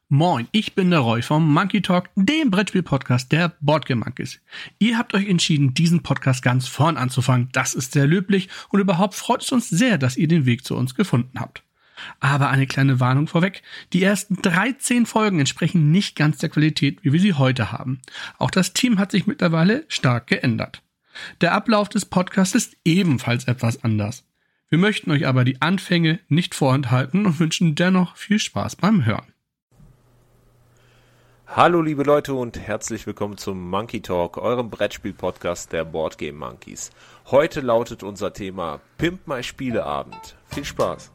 Moin, ich bin der Roy vom Monkey Talk, dem Brettspiel-Podcast der Boardgame Monkeys. Ihr habt euch entschieden, diesen Podcast ganz vorn anzufangen. Das ist sehr löblich und überhaupt freut es uns sehr, dass ihr den Weg zu uns gefunden habt. Aber eine kleine Warnung vorweg. Die ersten 13 Folgen entsprechen nicht ganz der Qualität, wie wir sie heute haben. Auch das Team hat sich mittlerweile stark geändert. Der Ablauf des Podcasts ist ebenfalls etwas anders. Wir möchten euch aber die Anfänge nicht vorenthalten und wünschen dennoch viel Spaß beim Hören. Hallo liebe Leute und herzlich willkommen zum Monkey Talk, eurem Brettspiel-Podcast der Boardgame Monkeys. Heute lautet unser Thema Pimp My Spieleabend. Viel Spaß!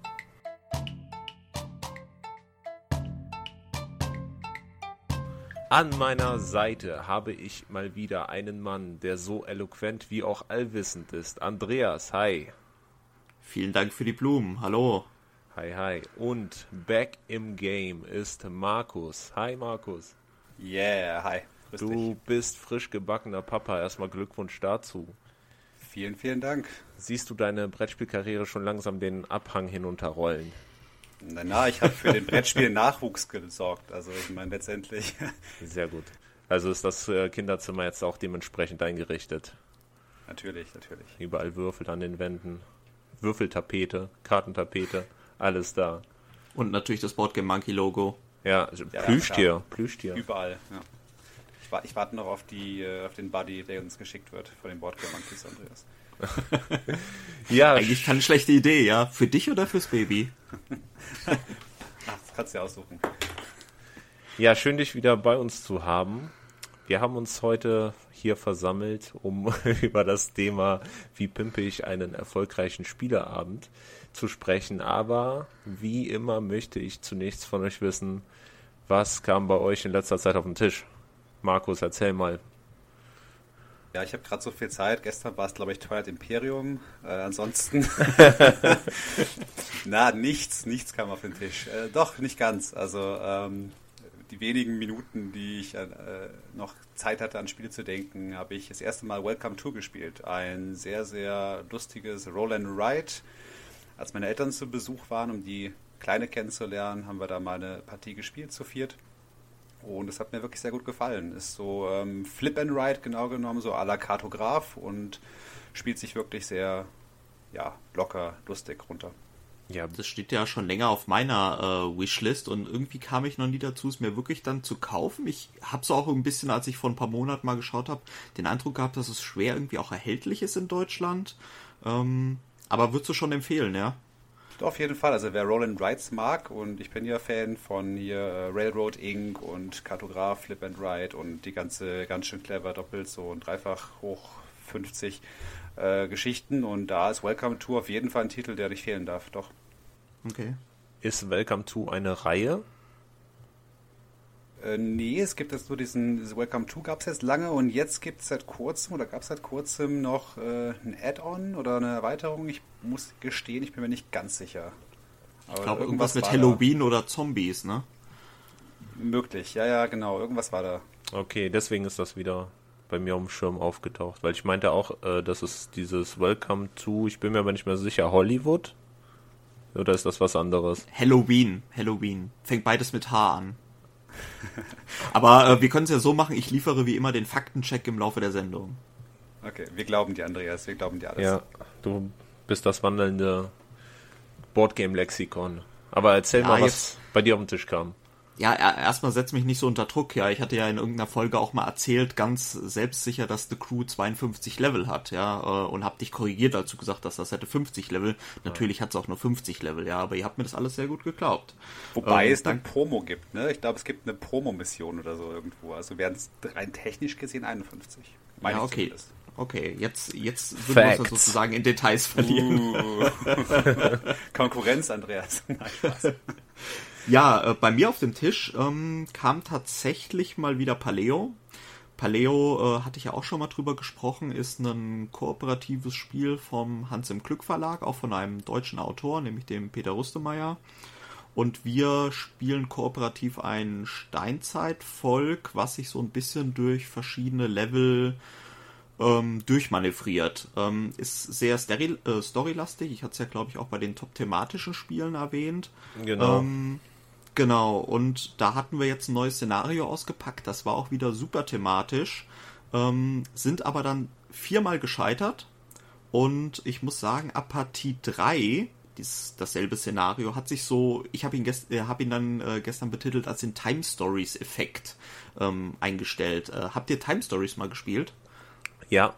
An meiner Seite habe ich mal wieder einen Mann, der so eloquent wie auch allwissend ist. Andreas, hi. Vielen Dank für die Blumen, hallo. Hi, hi. Und back im Game ist Markus. Hi Markus. Yeah, hi. Grüß dich. Du bist frisch gebackener Papa. Erstmal Glückwunsch dazu. Vielen, vielen Dank. Siehst du deine Brettspielkarriere schon langsam den Abhang hinunterrollen? Na, ich habe für den Brettspiel-Nachwuchs gesorgt. Also ich meine letztendlich. Sehr gut. Also ist das Kinderzimmer jetzt auch dementsprechend eingerichtet? Natürlich. Überall Würfel an den Wänden. Würfeltapete, Kartentapete, alles da. Und natürlich das Boardgame Monkey Logo. Ja, Plüschtier. Überall, ja. Ich warte noch auf den Buddy, der uns geschickt wird von den Boardgame Monkeys, Andreas. Ja, eigentlich keine schlechte Idee, ja. Für dich oder fürs Baby? Ach, das kannst du ja aussuchen. Ja, schön, dich wieder bei uns zu haben. Wir haben uns heute hier versammelt, um über das Thema, wie pimpe ich einen erfolgreichen Spieleabend, zu sprechen. Aber wie immer möchte ich zunächst von euch wissen, was kam bei euch in letzter Zeit auf den Tisch? Markus, erzähl mal. Ja, ich habe gerade so viel Zeit. Gestern war es, glaube ich, Twilight Imperium. Ansonsten, nichts kam auf den Tisch. Doch, nicht ganz. Also, die wenigen Minuten, die ich noch Zeit hatte, an Spiele zu denken, habe ich das erste Mal Welcome to gespielt. Ein sehr, sehr lustiges Roll and Ride. Als meine Eltern zu Besuch waren, um die Kleine kennenzulernen, haben wir da mal eine Partie gespielt, zu viert. Und es hat mir wirklich sehr gut gefallen. Ist so Flip and Ride, genau genommen, so à la Kartograf und spielt sich wirklich sehr, locker, lustig runter. Ja, das steht ja schon länger auf meiner Wishlist und irgendwie kam ich noch nie dazu, es mir wirklich dann zu kaufen. Ich habe so auch ein bisschen, als ich vor ein paar Monaten mal geschaut habe, den Eindruck gehabt, dass es schwer irgendwie auch erhältlich ist in Deutschland. Aber würdest du schon empfehlen, ja? Auf jeden Fall, also wer Roll and Rides mag, und ich bin ja Fan von hier Railroad Inc. und Kartograf, Flip and Ride und die ganze ganz schön clever doppelt so und dreifach hoch 50 Geschichten, und da ist Welcome to auf jeden Fall ein Titel, der nicht fehlen darf, doch. Okay. Ist Welcome to eine Reihe? Nee, es gibt jetzt nur diese Welcome to gab es jetzt lange, und jetzt gibt es seit kurzem noch ein Add-on oder eine Erweiterung. Ich muss gestehen, ich bin mir nicht ganz sicher. Aber ich glaube, irgendwas mit Halloween da. Oder Zombies, ne? Möglich, ja, genau, irgendwas war da. Okay, deswegen ist das wieder bei mir auf dem Schirm aufgetaucht, weil ich meinte auch, dass es dieses Welcome to, ich bin mir aber nicht mehr sicher, Hollywood? Oder ist das was anderes? Halloween. Fängt beides mit H an. Aber wir können es ja so machen, ich liefere wie immer den Faktencheck im Laufe der Sendung. Okay, wir glauben dir, Andreas, wir glauben dir alles. Ja, du bist das wandelnde Boardgame-Lexikon. Aber erzähl mal, was bei dir auf den Tisch kam. Ja, erstmal setz mich nicht so unter Druck. Ja, ich hatte ja in irgendeiner Folge auch mal erzählt, ganz selbstsicher, dass The Crew 52 Level hat, ja, und hab dich korrigiert, als du gesagt hast, das hätte 50 Level. Natürlich hat es auch nur 50 Level, ja, aber ihr habt mir das alles sehr gut geglaubt. Wobei es eine Promo gibt, ne? Ich glaube, es gibt eine Promo-Mission oder so irgendwo. Also wären es rein technisch gesehen 51. Ja, okay. Okay, jetzt würden wir uns sozusagen in Details verlieren. Konkurrenz, Andreas. Nein, Spaß. Ja, bei mir auf dem Tisch kam tatsächlich mal wieder Paleo. Paleo, hatte ich ja auch schon mal drüber gesprochen, ist ein kooperatives Spiel vom Hans im Glück Verlag, auch von einem deutschen Autor, nämlich dem Peter Rüstemeyer. Und wir spielen kooperativ ein Steinzeitvolk, was sich so ein bisschen durch verschiedene Level durchmanövriert. Ist sehr storylastig. Ich hatte es ja, glaube ich, auch bei den top-thematischen Spielen erwähnt. Genau. Genau, und da hatten wir jetzt ein neues Szenario ausgepackt, das war auch wieder super thematisch, sind aber dann 4-mal gescheitert und ich muss sagen, ab Partie 3, dasselbe Szenario, hat sich so, ich habe ihn dann gestern betitelt als den Time Stories Effekt eingestellt. Habt ihr Time Stories mal gespielt? Ja.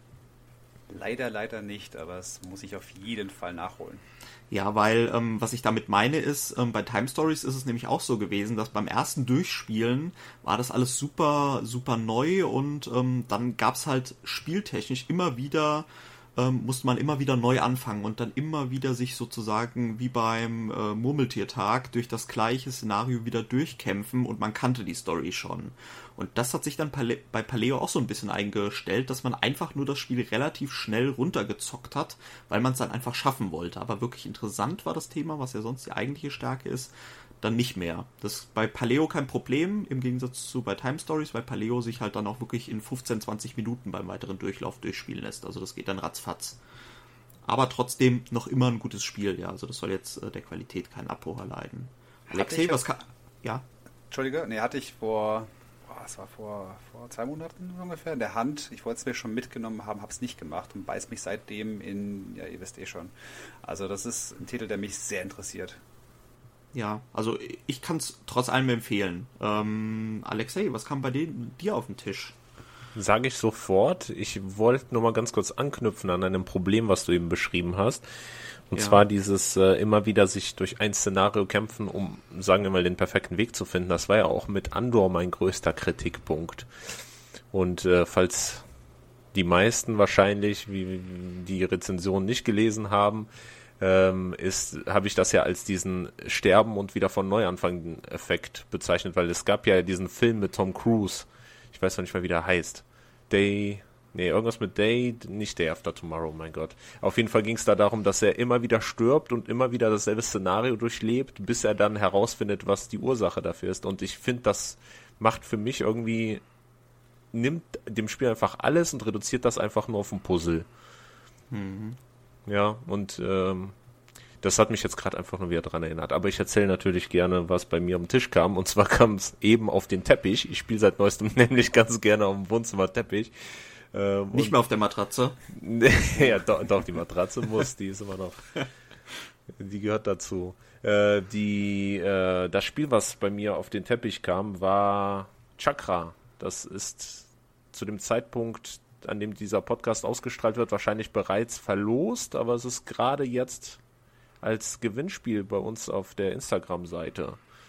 Leider nicht, aber das muss ich auf jeden Fall nachholen. Ja, weil, was ich damit meine ist, bei Time Stories ist es nämlich auch so gewesen, dass beim ersten Durchspielen war das alles super, super neu und dann gab's halt spieltechnisch immer wieder, musste man immer wieder neu anfangen und dann immer wieder sich sozusagen wie beim Murmeltiertag durch das gleiche Szenario wieder durchkämpfen und man kannte die Story schon. Und das hat sich dann bei Paleo auch so ein bisschen eingestellt, dass man einfach nur das Spiel relativ schnell runtergezockt hat, weil man es dann einfach schaffen wollte. Aber wirklich interessant war das Thema, was ja sonst die eigentliche Stärke ist, dann nicht mehr. Das ist bei Paleo kein Problem, im Gegensatz zu bei Time Stories, weil Paleo sich halt dann auch wirklich in 15, 20 Minuten beim weiteren Durchlauf durchspielen lässt. Also das geht dann ratzfatz. Aber trotzdem noch immer ein gutes Spiel, ja. Also das soll jetzt der Qualität keinen Abbruch erleiden. Alexei, was kann... Ja? Entschuldige, hatte ich vor 2 Monaten ungefähr in der Hand. Ich wollte es mir schon mitgenommen haben, habe es nicht gemacht und beiß mich seitdem ja, ihr wisst schon. Also das ist ein Titel, der mich sehr interessiert. Ja, also ich kann es trotz allem empfehlen. Alexei, was kam bei dir auf den Tisch? Sage ich sofort. Ich wollte nur mal ganz kurz anknüpfen an einem Problem, was du eben beschrieben hast. Und zwar dieses immer wieder sich durch ein Szenario kämpfen, um, sagen wir mal, den perfekten Weg zu finden. Das war ja auch mit Andor mein größter Kritikpunkt. Und falls die meisten wahrscheinlich, wie die Rezension nicht gelesen haben, habe ich das ja als diesen Sterben und wieder von Neuanfang Effekt bezeichnet, weil es gab ja diesen Film mit Tom Cruise, ich weiß noch nicht mal, wie der heißt, irgendwas mit Day, nicht Day After Tomorrow, mein Gott. Auf jeden Fall ging es da darum, dass er immer wieder stirbt und immer wieder dasselbe Szenario durchlebt, bis er dann herausfindet, was die Ursache dafür ist. Und ich finde, das macht für mich irgendwie, nimmt dem Spiel einfach alles und reduziert das einfach nur auf ein Puzzle. Mhm. Ja, und das hat mich jetzt gerade einfach nur wieder dran erinnert. Aber ich erzähle natürlich gerne, was bei mir am Tisch kam. Und zwar kam es eben auf den Teppich. Ich spiele seit neuestem nämlich ganz gerne auf dem Wohnzimmerteppich. Nicht mehr auf der Matratze? Ja, doch, die Matratze muss, die ist immer noch, die gehört dazu. Das Spiel, was bei mir auf den Teppich kam, war Chakra. Das ist zu dem Zeitpunkt, an dem dieser Podcast ausgestrahlt wird, wahrscheinlich bereits verlost, aber es ist gerade jetzt als Gewinnspiel bei uns auf der Instagram-Seite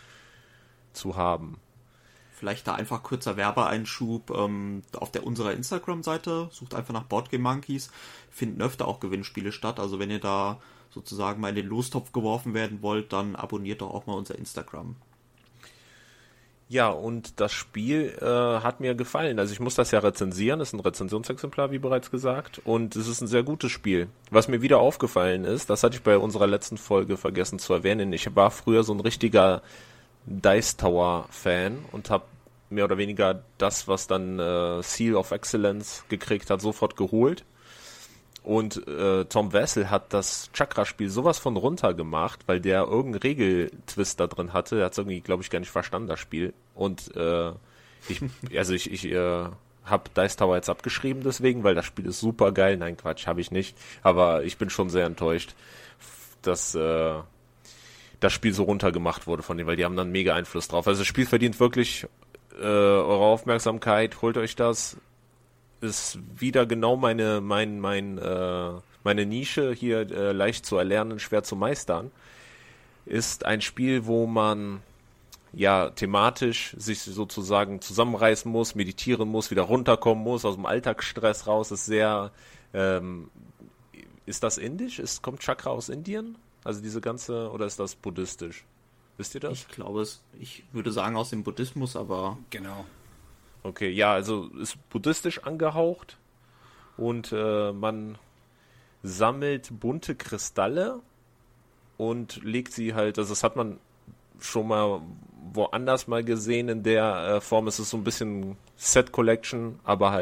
zu haben. Vielleicht da einfach kurzer Werbeeinschub auf unserer Instagram-Seite, sucht einfach nach Boardgame Monkeys, finden öfter auch Gewinnspiele statt, also wenn ihr da sozusagen mal in den Lostopf geworfen werden wollt, dann abonniert doch auch mal unser Instagram. Ja, und das Spiel hat mir gefallen. Also ich muss das ja rezensieren, das ist ein Rezensionsexemplar, wie bereits gesagt, und es ist ein sehr gutes Spiel. Was mir wieder aufgefallen ist, das hatte ich bei unserer letzten Folge vergessen zu erwähnen, ich war früher so ein richtiger Dice Tower Fan und habe mehr oder weniger das, was dann Seal of Excellence gekriegt hat, sofort geholt. Und Tom Wessel hat das Chakra-Spiel sowas von runter gemacht, weil der irgendeinen Regeltwist da drin hatte. Der hat es irgendwie, glaube ich, gar nicht verstanden, das Spiel. Und ich habe Dice Tower jetzt abgeschrieben deswegen, weil das Spiel ist super geil. Nein, Quatsch, habe ich nicht. Aber ich bin schon sehr enttäuscht, dass das Spiel so runtergemacht wurde von denen, weil die haben dann mega Einfluss drauf. Also das Spiel verdient wirklich eure Aufmerksamkeit. Holt euch das. Ist wieder genau meine Nische hier, leicht zu erlernen, schwer zu meistern. Ist ein Spiel, wo man ja thematisch sich sozusagen zusammenreißen muss, meditieren muss, wieder runterkommen muss, aus dem Alltagsstress raus. Ist sehr ist das indisch? Kommt Chakra aus Indien? Also diese ganze, oder ist das buddhistisch? Wisst ihr das? Ich glaube ich würde sagen aus dem Buddhismus, aber... Genau. Okay, ja, also ist buddhistisch angehaucht und man sammelt bunte Kristalle und legt sie halt, also das hat man schon mal woanders mal gesehen in der Form. Es ist so ein bisschen Set Collection, aber halt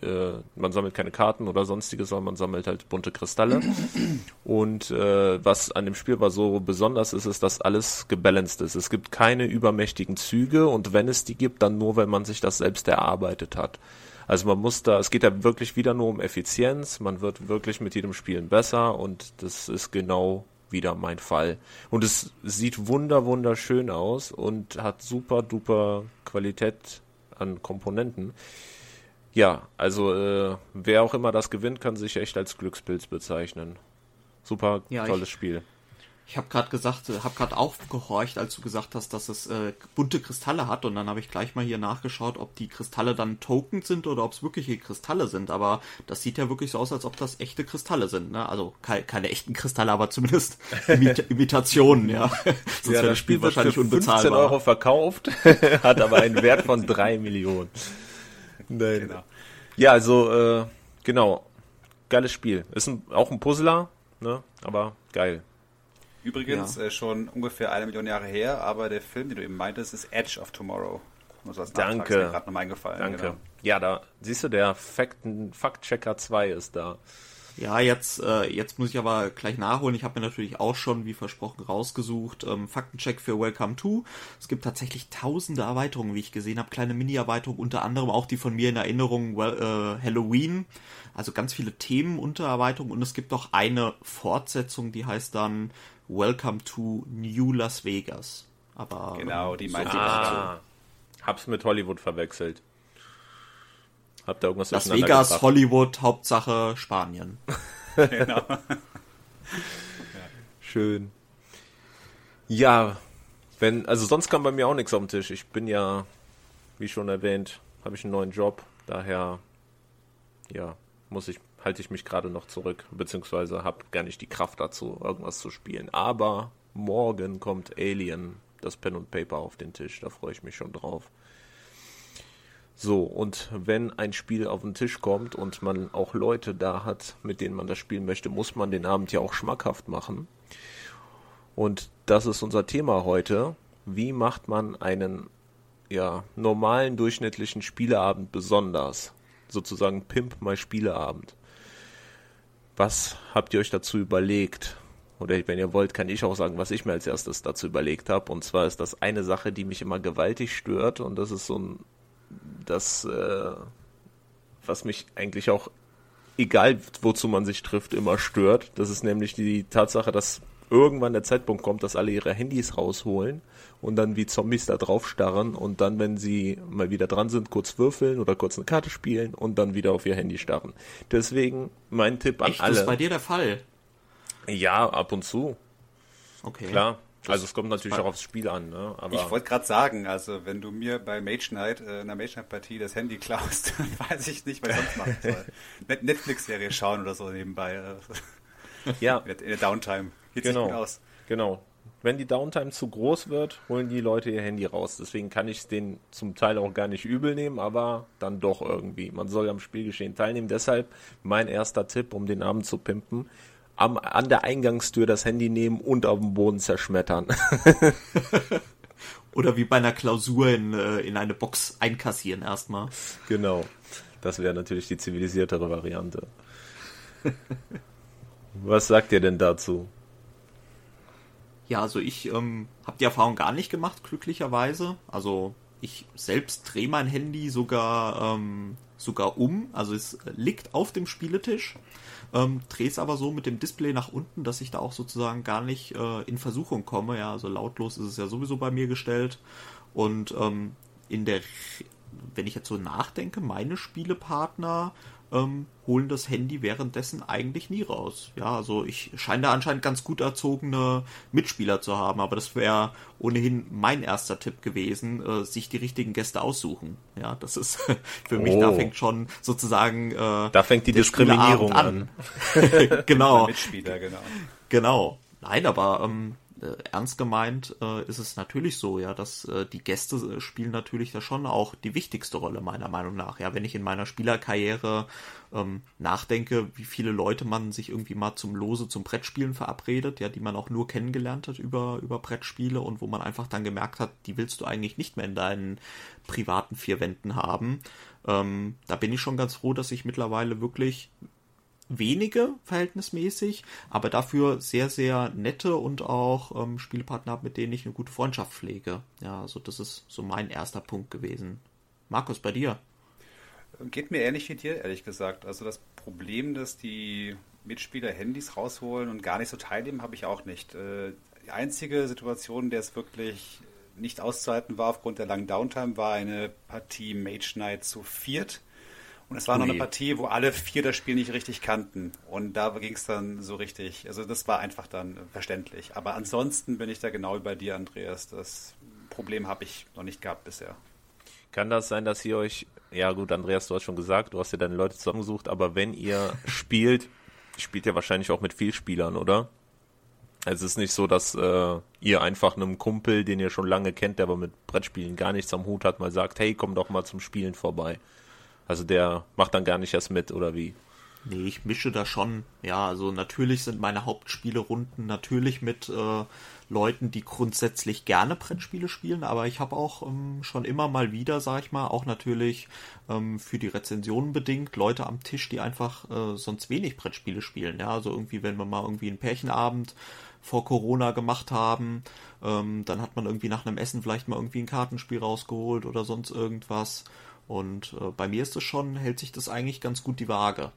man sammelt keine Karten oder sonstiges, sondern man sammelt halt bunte Kristalle. Und was an dem Spiel aber so besonders ist, dass alles gebalanced ist. Es gibt keine übermächtigen Züge und wenn es die gibt, dann nur, wenn man sich das selbst erarbeitet hat. Also es geht ja wirklich wieder nur um Effizienz, man wird wirklich mit jedem Spielen besser und das ist genau wieder mein Fall. Und es sieht wunderschön aus und hat super duper Qualität an Komponenten. Ja, also wer auch immer das gewinnt, kann sich echt als Glückspilz bezeichnen. Super tolles Spiel. Ich habe gerade aufgehorcht, als du gesagt hast, dass es bunte Kristalle hat und dann habe ich gleich mal hier nachgeschaut, ob die Kristalle dann Tokens sind oder ob es wirkliche Kristalle sind, aber das sieht ja wirklich so aus, als ob das echte Kristalle sind, ne? Also keine echten Kristalle, aber zumindest Imitationen, ja. Sonst wäre das Spiel wahrscheinlich unbezahlbar. 15 Euro verkauft, hat aber einen Wert von 3 Millionen. Nein. Genau. Ja, also genau, geiles Spiel. Ist auch ein Puzzler, ne? Aber geil. Übrigens schon ungefähr 1 Million Jahre her, aber der Film, den du eben meintest, ist Edge of Tomorrow. Danke. Ist mir gerade nochmal eingefallen. Danke. Genau. Ja, da siehst du, der Fact-Checker 2 ist da. Ja, jetzt muss ich aber gleich nachholen. Ich habe mir natürlich auch schon, wie versprochen, rausgesucht. Faktencheck für Welcome to. Es gibt tatsächlich tausende Erweiterungen, wie ich gesehen habe. Kleine Mini-Erweiterungen, unter anderem auch die von mir in Erinnerung, Halloween. Also ganz viele Themen unter Erweiterungen. Und es gibt auch eine Fortsetzung, die heißt dann Welcome to New Las Vegas. Aber genau, die meinte ich. Hab's mit Hollywood verwechselt. Habt ihr irgendwas Las Vegas, gebracht? Hollywood, Hauptsache Spanien. Genau. Schön. Ja, also sonst kam bei mir auch nichts auf den Tisch. Ich bin ja, wie schon erwähnt, habe ich einen neuen Job. Daher, ja, halte ich mich gerade noch zurück, beziehungsweise habe gar nicht die Kraft dazu, irgendwas zu spielen. Aber morgen kommt Alien, das Pen und Paper, auf den Tisch. Da freue ich mich schon drauf. So, und wenn ein Spiel auf den Tisch kommt und man auch Leute da hat, mit denen man das spielen möchte, muss man den Abend ja auch schmackhaft machen. Und das ist unser Thema heute. Wie macht man einen normalen, durchschnittlichen Spieleabend besonders? Sozusagen Pimp My Spieleabend. Was habt ihr euch dazu überlegt? Oder wenn ihr wollt, kann ich auch sagen, was ich mir als erstes dazu überlegt habe. Und zwar ist das eine Sache, die mich immer gewaltig stört. Und das ist was mich eigentlich auch, egal wozu man sich trifft, immer stört. Das ist nämlich die Tatsache, dass irgendwann der Zeitpunkt kommt, dass alle ihre Handys rausholen und dann wie Zombies da drauf starren und dann, wenn sie mal wieder dran sind, kurz würfeln oder kurz eine Karte spielen und dann wieder auf ihr Handy starren. Deswegen mein Tipp an alle. Ist das bei dir der Fall? Ja, ab und zu. Okay. Klar. Also es kommt natürlich auch aufs Spiel an, ne? Aber ich wollte gerade sagen, also wenn du mir bei Mage Knight, einer Mage Knight-Partie das Handy klaust, dann weiß ich nicht, was ich sonst machen soll. Netflix-Serie schauen oder so nebenbei. Ja. In der Downtime. Geht sich gut aus. Genau. Wenn die Downtime zu groß wird, holen die Leute ihr Handy raus. Deswegen kann ich es denen zum Teil auch gar nicht übel nehmen, aber dann doch irgendwie. Man soll am Spielgeschehen teilnehmen. Deshalb mein erster Tipp, um den Abend zu pimpen: an der Eingangstür das Handy nehmen und auf dem Boden zerschmettern. Oder wie bei einer Klausur in eine Box einkassieren erstmal. Genau. Das wäre natürlich die zivilisiertere Variante. Was sagt ihr denn dazu? Ja, also ich habe die Erfahrung gar nicht gemacht, glücklicherweise. Also ich selbst drehe mein Handy sogar um. Also es liegt auf dem Spieletisch. Drehe es aber so mit dem Display nach unten, dass ich da auch sozusagen gar nicht in Versuchung komme. Ja, also lautlos ist es ja sowieso bei mir gestellt. Und wenn ich jetzt so nachdenke, meine Spielepartner holen das Handy währenddessen eigentlich nie raus. Ja, also ich scheine da anscheinend ganz gut erzogene Mitspieler zu haben, aber das wäre ohnehin mein erster Tipp gewesen, sich die richtigen Gäste aussuchen. Ja, das ist für mich, da fängt schon sozusagen da fängt die Diskriminierung an. Genau. Mitspieler, genau. Genau. Nein, aber ernst gemeint ist es natürlich so, ja, dass die Gäste spielen natürlich da schon auch die wichtigste Rolle, meiner Meinung nach. Ja, wenn ich in meiner Spielerkarriere nachdenke, wie viele Leute man sich irgendwie mal zum Brettspielen verabredet, ja, die man auch nur kennengelernt hat über Brettspiele und wo man einfach dann gemerkt hat, die willst du eigentlich nicht mehr in deinen privaten 4 Wänden haben. Da bin ich schon ganz froh, dass ich mittlerweile wirklich wenige verhältnismäßig, aber dafür sehr, sehr nette und auch Spielpartner habe, mit denen ich eine gute Freundschaft pflege. Ja, also das ist so mein erster Punkt gewesen. Markus, bei dir? Geht mir ähnlich wie dir, ehrlich gesagt. Also das Problem, dass die Mitspieler Handys rausholen und gar nicht so teilnehmen, habe ich auch nicht. Die einzige Situation, der es wirklich nicht auszuhalten war aufgrund der langen Downtime, war eine Partie Mage Knight zu 4. Und es war noch eine Partie, wo alle 4 das Spiel nicht richtig kannten. Und da ging es dann so richtig. Also das war einfach dann verständlich. Aber ansonsten bin ich da genau wie bei dir, Andreas. Das Problem habe ich noch nicht gehabt bisher. Kann das sein, dass ihr euch, ja gut, Andreas, du hast schon gesagt, du hast dir deine Leute zusammengesucht, aber wenn ihr spielt ihr wahrscheinlich auch mit Vielspielern, oder? Also es ist nicht so, dass ihr einfach einem Kumpel, den ihr schon lange kennt, der aber mit Brettspielen gar nichts am Hut hat, mal sagt, hey, komm doch mal zum Spielen vorbei. Also der macht dann gar nicht erst mit, oder wie? Nee, ich mische da schon. Ja, also natürlich sind meine Hauptspielerunden natürlich mit Leuten, die grundsätzlich gerne Brettspiele spielen, aber ich habe auch schon immer mal wieder, sag ich mal, auch natürlich für die Rezensionen bedingt Leute am Tisch, die einfach sonst wenig Brettspiele spielen. Ja, also irgendwie, wenn wir mal irgendwie einen Pärchenabend vor Corona gemacht haben, dann hat man irgendwie nach einem Essen vielleicht mal irgendwie ein Kartenspiel rausgeholt oder sonst irgendwas. Und bei mir ist es schon, hält sich das eigentlich ganz gut die Waage.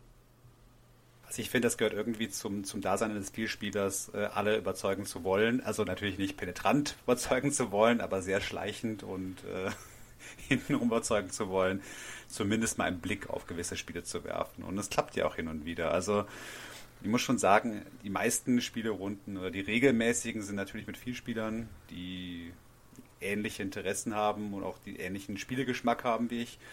Also ich finde, das gehört irgendwie zum Dasein eines Spielspielers, alle überzeugen zu wollen. Also natürlich nicht penetrant überzeugen zu wollen, aber sehr schleichend und hintenrum überzeugen zu wollen, zumindest mal einen Blick auf gewisse Spiele zu werfen. Und das klappt ja auch hin und wieder. Also ich muss schon sagen, die meisten Spielerunden oder die regelmäßigen sind natürlich mit Vielspielern, die ähnliche Interessen haben und auch die ähnlichen Spielegeschmack haben wie ich,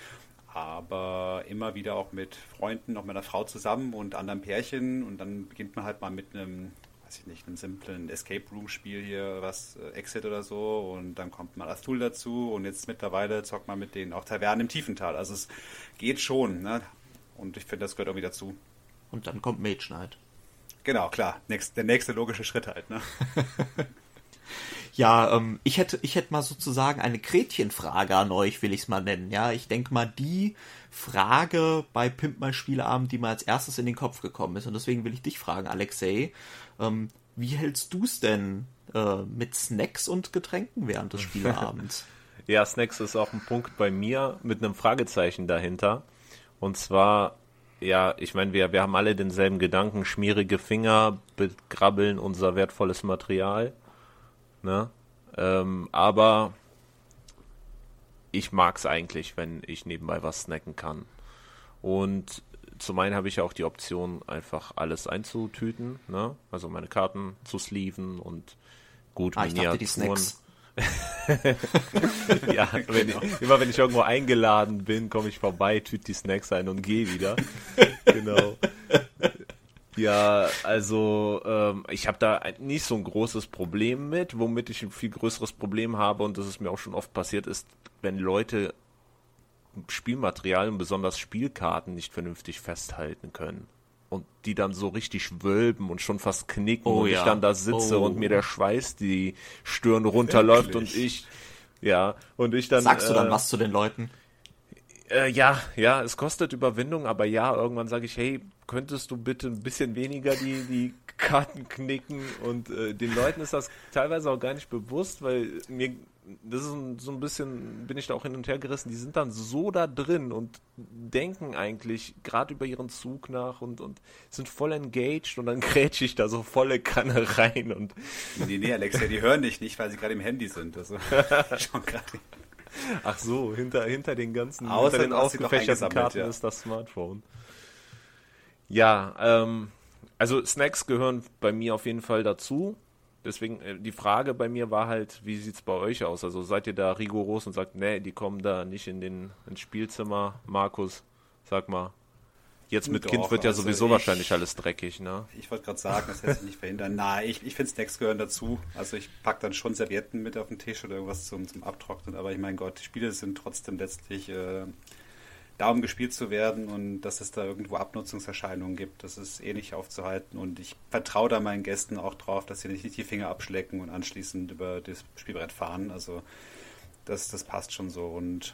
aber immer wieder auch mit Freunden, auch mit einer Frau zusammen und anderen Pärchen und dann beginnt man halt mal mit einem, weiß ich nicht, einem simplen Escape Room Spiel hier, was Exit oder so und dann kommt mal Azul dazu und jetzt mittlerweile zockt man mit denen auch Tavernen im Tiefental, also es geht schon, ne? Und ich finde, das gehört irgendwie dazu. Und dann kommt Mage Knight. Genau, klar, der nächste logische Schritt halt, ne? Ja, ich hätte mal sozusagen eine Gretchenfrage an euch, will ich es mal nennen. Ja, ich denke mal, die Frage bei Pimp My Spieleabend, die mir als erstes in den Kopf gekommen ist. Und deswegen will ich dich fragen, Alexei, wie hältst du es denn mit Snacks und Getränken während des Spieleabends? Ja, Snacks ist auch ein Punkt bei mir mit einem Fragezeichen dahinter. Und zwar, ja, ich meine, wir haben alle denselben Gedanken, schmierige Finger begrabbeln unser wertvolles Material. Ne? Aber ich mag es eigentlich, wenn ich nebenbei was snacken kann. Und zum einen habe ich auch die Option, einfach alles einzutüten, ne? Also meine Karten zu sleeven und gut ich dachte, die Snacks. Ja, wenn ich irgendwo eingeladen bin, komme ich vorbei, tüte die Snacks ein und gehe wieder. Genau. Ja, also ich habe da nicht so ein großes Problem mit, womit ich ein viel größeres Problem habe, und das ist mir auch schon oft passiert, ist, wenn Leute Spielmaterial und besonders Spielkarten nicht vernünftig festhalten können und die dann so richtig wölben und schon fast knicken ich dann da sitze und mir der Schweiß die Stirn runterläuft. Wirklich? und ich dann... Sagst du dann was zu den Leuten? Ja, es kostet Überwindung, aber ja, irgendwann sage ich, hey, könntest du bitte ein bisschen weniger die Karten knicken, und den Leuten ist das teilweise auch gar nicht bewusst, weil das ist so ein bisschen, bin ich da auch hin und her gerissen, die sind dann so da drin und denken eigentlich gerade über ihren Zug nach und sind voll engaged, und dann grätsche ich da so volle Kanne rein und... Nee, Alexia, die hören dich nicht, weil sie gerade im Handy sind, also schon gerade... Ach so, hinter den ganzen, hinter den ausgefächerten Karten ist das Smartphone. Ja, also Snacks gehören bei mir auf jeden Fall dazu. Deswegen, die Frage bei mir war halt, wie sieht's bei euch aus? Also seid ihr da rigoros und sagt, nee, die kommen da nicht ins Spielzimmer? Markus, sag mal. Jetzt mit Doch, Kind wird ja also sowieso wahrscheinlich alles dreckig, ne? Ich wollte gerade sagen, das lässt sich nicht verhindern. Nein, ich finde Snacks gehören dazu. Also ich packe dann schon Servietten mit auf den Tisch oder irgendwas zum Abtrocknen. Aber ich mein Gott, die Spiele sind trotzdem letztlich da, um gespielt zu werden, und dass es da irgendwo Abnutzungserscheinungen gibt, das ist eh nicht aufzuhalten. Und ich vertraue da meinen Gästen auch drauf, dass sie nicht die Finger abschlecken und anschließend über das Spielbrett fahren. Also das passt schon so. Und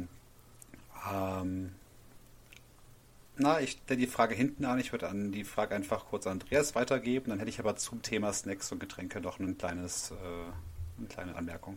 ich stelle die Frage hinten an. Ich würde die Frage einfach kurz an Andreas weitergeben. Dann hätte ich aber zum Thema Snacks und Getränke noch eine kleine Anmerkung.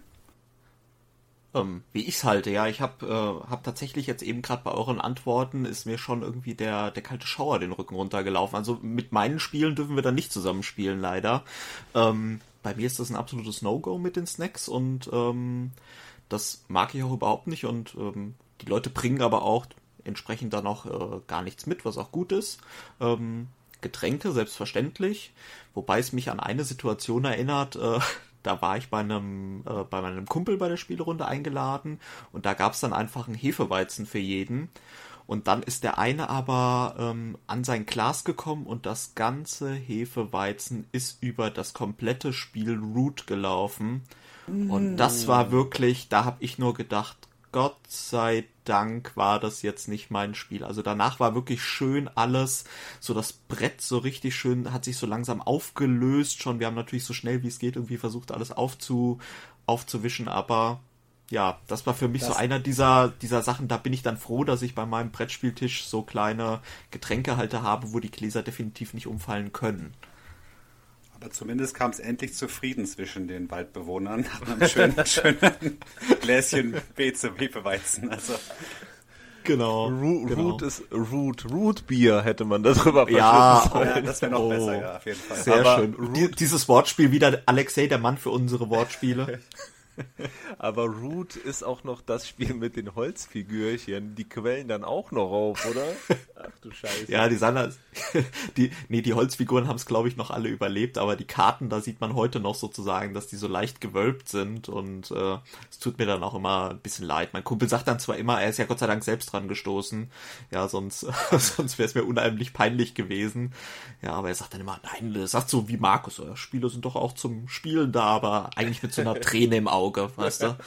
Wie ich es halte, ja. Ich hab tatsächlich jetzt eben gerade bei euren Antworten ist mir schon irgendwie der kalte Schauer den Rücken runtergelaufen. Also mit meinen Spielen dürfen wir dann nicht zusammenspielen, leider. Bei mir ist das ein absolutes No-Go mit den Snacks und das mag ich auch überhaupt nicht und die Leute bringen aber auch entsprechend dann noch gar nichts mit, was auch gut ist. Getränke, selbstverständlich. Wobei es mich an eine Situation erinnert, da war ich bei meinem Kumpel bei der Spielerunde eingeladen und da gab es dann einfach einen Hefeweizen für jeden. Und dann ist der eine aber an sein Glas gekommen und das ganze Hefeweizen ist über das komplette Spiel Root gelaufen. Und das war wirklich, da habe ich nur gedacht, Gott sei Dank war das jetzt nicht mein Spiel. Also danach war wirklich schön alles, so das Brett so richtig schön, hat sich so langsam aufgelöst schon. Wir haben natürlich so schnell wie es geht irgendwie versucht, alles aufzuwischen, aber ja, das war für mich so einer dieser Sachen, da bin ich dann froh, dass ich bei meinem Brettspieltisch so kleine Getränkehalter habe, wo die Gläser definitiv nicht umfallen können. Aber zumindest kam es endlich zu Frieden zwischen den Waldbewohnern. Hat man ein schönes Gläschen Hefeweizen. Also. Genau. Root ist Root-Bier, hätte man darüber ja, sollen. Ja, das wäre noch besser, ja, auf jeden Fall. Sehr schön. Dieses Wortspiel wieder, Alexei, der Mann für unsere Wortspiele. Aber Root ist auch noch das Spiel mit den Holzfigürchen. Die quellen dann auch noch auf, oder? Ach du Scheiße. Ja, die Holzfiguren haben es, glaube ich, noch alle überlebt, aber die Karten, da sieht man heute noch sozusagen, dass die so leicht gewölbt sind und es tut mir dann auch immer ein bisschen leid. Mein Kumpel sagt dann zwar immer, er ist ja Gott sei Dank selbst dran gestoßen, ja, sonst wäre es mir unheimlich peinlich gewesen. Ja, aber er sagt dann immer, nein, er sagt so wie Markus, Spiele sind doch auch zum Spielen da, aber eigentlich mit so einer Träne im Auge, weißt du?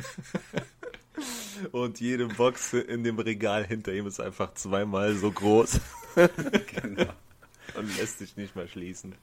Und jede Box in dem Regal hinter ihm ist einfach zweimal so groß. Genau. Und lässt sich nicht mehr schließen.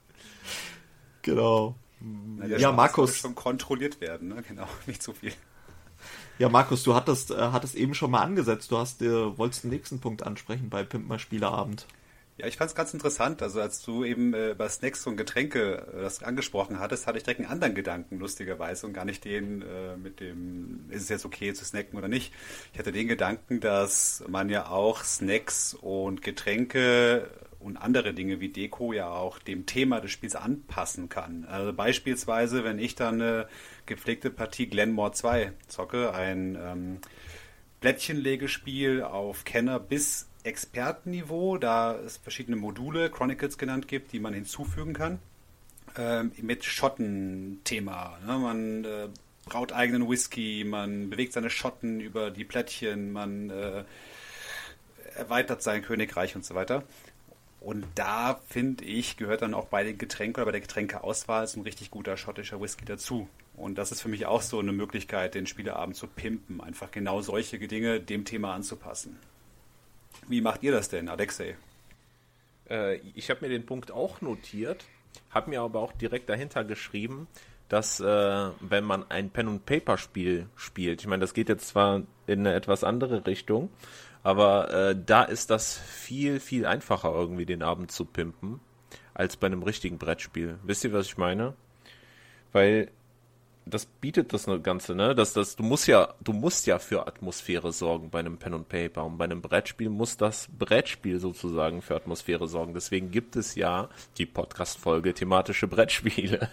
Genau. Na, der Ja, Spaß Markus. sollte schon kontrolliert werden, ne? Genau, nicht zu viel. Ja, Markus, du hattest eben schon mal angesetzt. Wolltest den nächsten Punkt ansprechen bei Pimp My Spieleabend. Ja, ich fand es ganz interessant. Also als du eben bei Snacks und Getränke das angesprochen hattest, hatte ich direkt einen anderen Gedanken, lustigerweise, und gar nicht den mit dem, ist es jetzt okay zu snacken oder nicht. Ich hatte den Gedanken, dass man ja auch Snacks und Getränke und andere Dinge wie Deko ja auch dem Thema des Spiels anpassen kann. Also beispielsweise, wenn ich dann eine gepflegte Partie Glenmore 2 zocke, ein Plättchenlegespiel auf Kenner bis Expertenniveau, da es verschiedene Module, Chronicles genannt, gibt, die man hinzufügen kann, mit Schottenthema. Ne? Man braut eigenen Whisky, man bewegt seine Schotten über die Plättchen, man erweitert sein Königreich und so weiter. Und da, finde ich, gehört dann auch bei den Getränken oder bei der Getränkeauswahl so ein richtig guter schottischer Whisky dazu. Und das ist für mich auch so eine Möglichkeit, den Spieleabend zu pimpen, einfach genau solche Dinge dem Thema anzupassen. Wie macht ihr das denn, Alexei? Ich habe mir den Punkt auch notiert, habe mir aber auch direkt dahinter geschrieben, dass wenn man ein Pen-and-Paper-Spiel spielt, ich meine, das geht jetzt zwar in eine etwas andere Richtung, aber da ist das viel, viel einfacher irgendwie den Abend zu pimpen, als bei einem richtigen Brettspiel. Wisst ihr, was ich meine? Weil das bietet das Ganze, ne? Du musst ja für Atmosphäre sorgen bei einem Pen and Paper, und bei einem Brettspiel muss das Brettspiel sozusagen für Atmosphäre sorgen. Deswegen gibt es ja die Podcast-Folge thematische Brettspiele.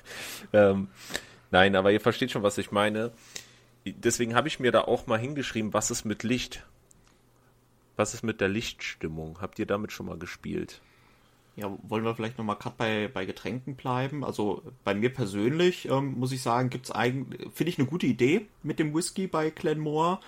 Nein, aber ihr versteht schon, was ich meine. Deswegen habe ich mir da auch mal hingeschrieben, was ist mit Licht? Was ist mit der Lichtstimmung? Habt ihr damit schon mal gespielt? Ja, wollen wir vielleicht nochmal gerade bei Getränken bleiben? Also bei mir persönlich, muss ich sagen, finde ich eine gute Idee mit dem Whisky bei Glenmore.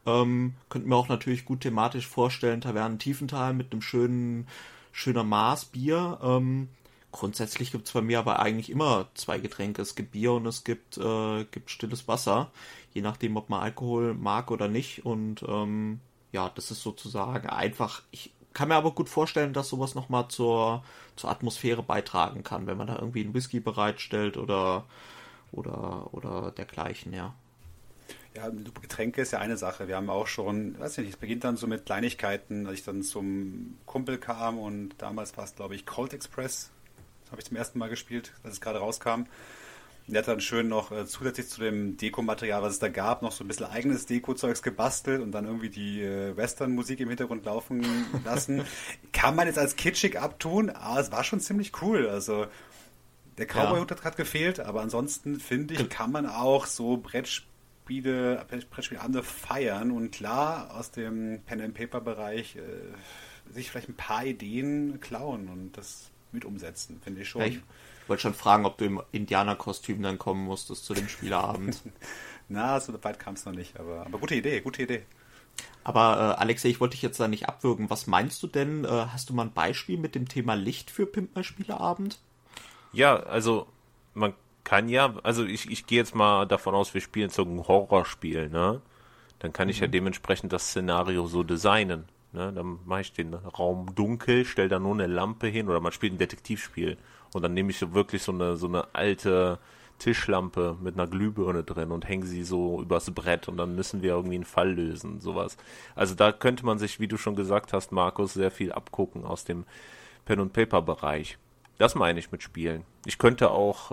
Könnte mir auch natürlich gut thematisch vorstellen, Tavernen Tiefenthal mit einem schöner Maß Bier. Grundsätzlich gibt's bei mir aber eigentlich immer 2 Getränke. Es gibt Bier und es gibt stilles Wasser. Je nachdem, ob man Alkohol mag oder nicht. Und das ist sozusagen einfach. Ich kann mir aber gut vorstellen, dass sowas nochmal zur Atmosphäre beitragen kann, wenn man da irgendwie einen Whisky bereitstellt oder dergleichen, ja. Ja, Getränke ist ja eine Sache. Wir haben auch schon, weiß nicht, es beginnt dann so mit Kleinigkeiten, als ich dann zum Kumpel kam und damals war es, glaube ich, Cold Express. Habe ich zum ersten Mal gespielt, als es gerade rauskam. Und der hat dann schön noch zusätzlich zu dem Dekomaterial, was es da gab, noch so ein bisschen eigenes Deko-Zeugs gebastelt und dann irgendwie die Western-Musik im Hintergrund laufen lassen. Kann man jetzt als kitschig abtun, aber es war schon ziemlich cool. Also der Cowboy-Hut hat gerade gefehlt, aber ansonsten finde ich, kann man auch so Brettspielabende feiern und klar aus dem Pen-and-Paper-Bereich sich vielleicht ein paar Ideen klauen und das mit umsetzen, finde ich schon. Ja, ich wollte schon fragen, ob du im Indianerkostüm dann kommen musstest zu dem Spieleabend. Na, so weit kam es noch nicht, aber gute Idee. Aber Alexei, ich wollte dich jetzt da nicht abwürgen. Was meinst du denn? Hast du mal ein Beispiel mit dem Thema Licht für Pimp My Spieleabend? Ja, also man kann ja, also ich gehe jetzt mal davon aus, wir spielen so ein Horrorspiel, ne? Dann kann ich ja dementsprechend das Szenario so designen. Ne, dann mache ich den Raum dunkel, stelle da nur eine Lampe hin oder man spielt ein Detektivspiel und dann nehme ich so wirklich so eine alte Tischlampe mit einer Glühbirne drin und hänge sie so übers Brett und dann müssen wir irgendwie einen Fall lösen, sowas. Also da könnte man sich, wie du schon gesagt hast, Markus, sehr viel abgucken aus dem Pen-and-Paper-Bereich. Das meine ich mit Spielen. Ich könnte auch,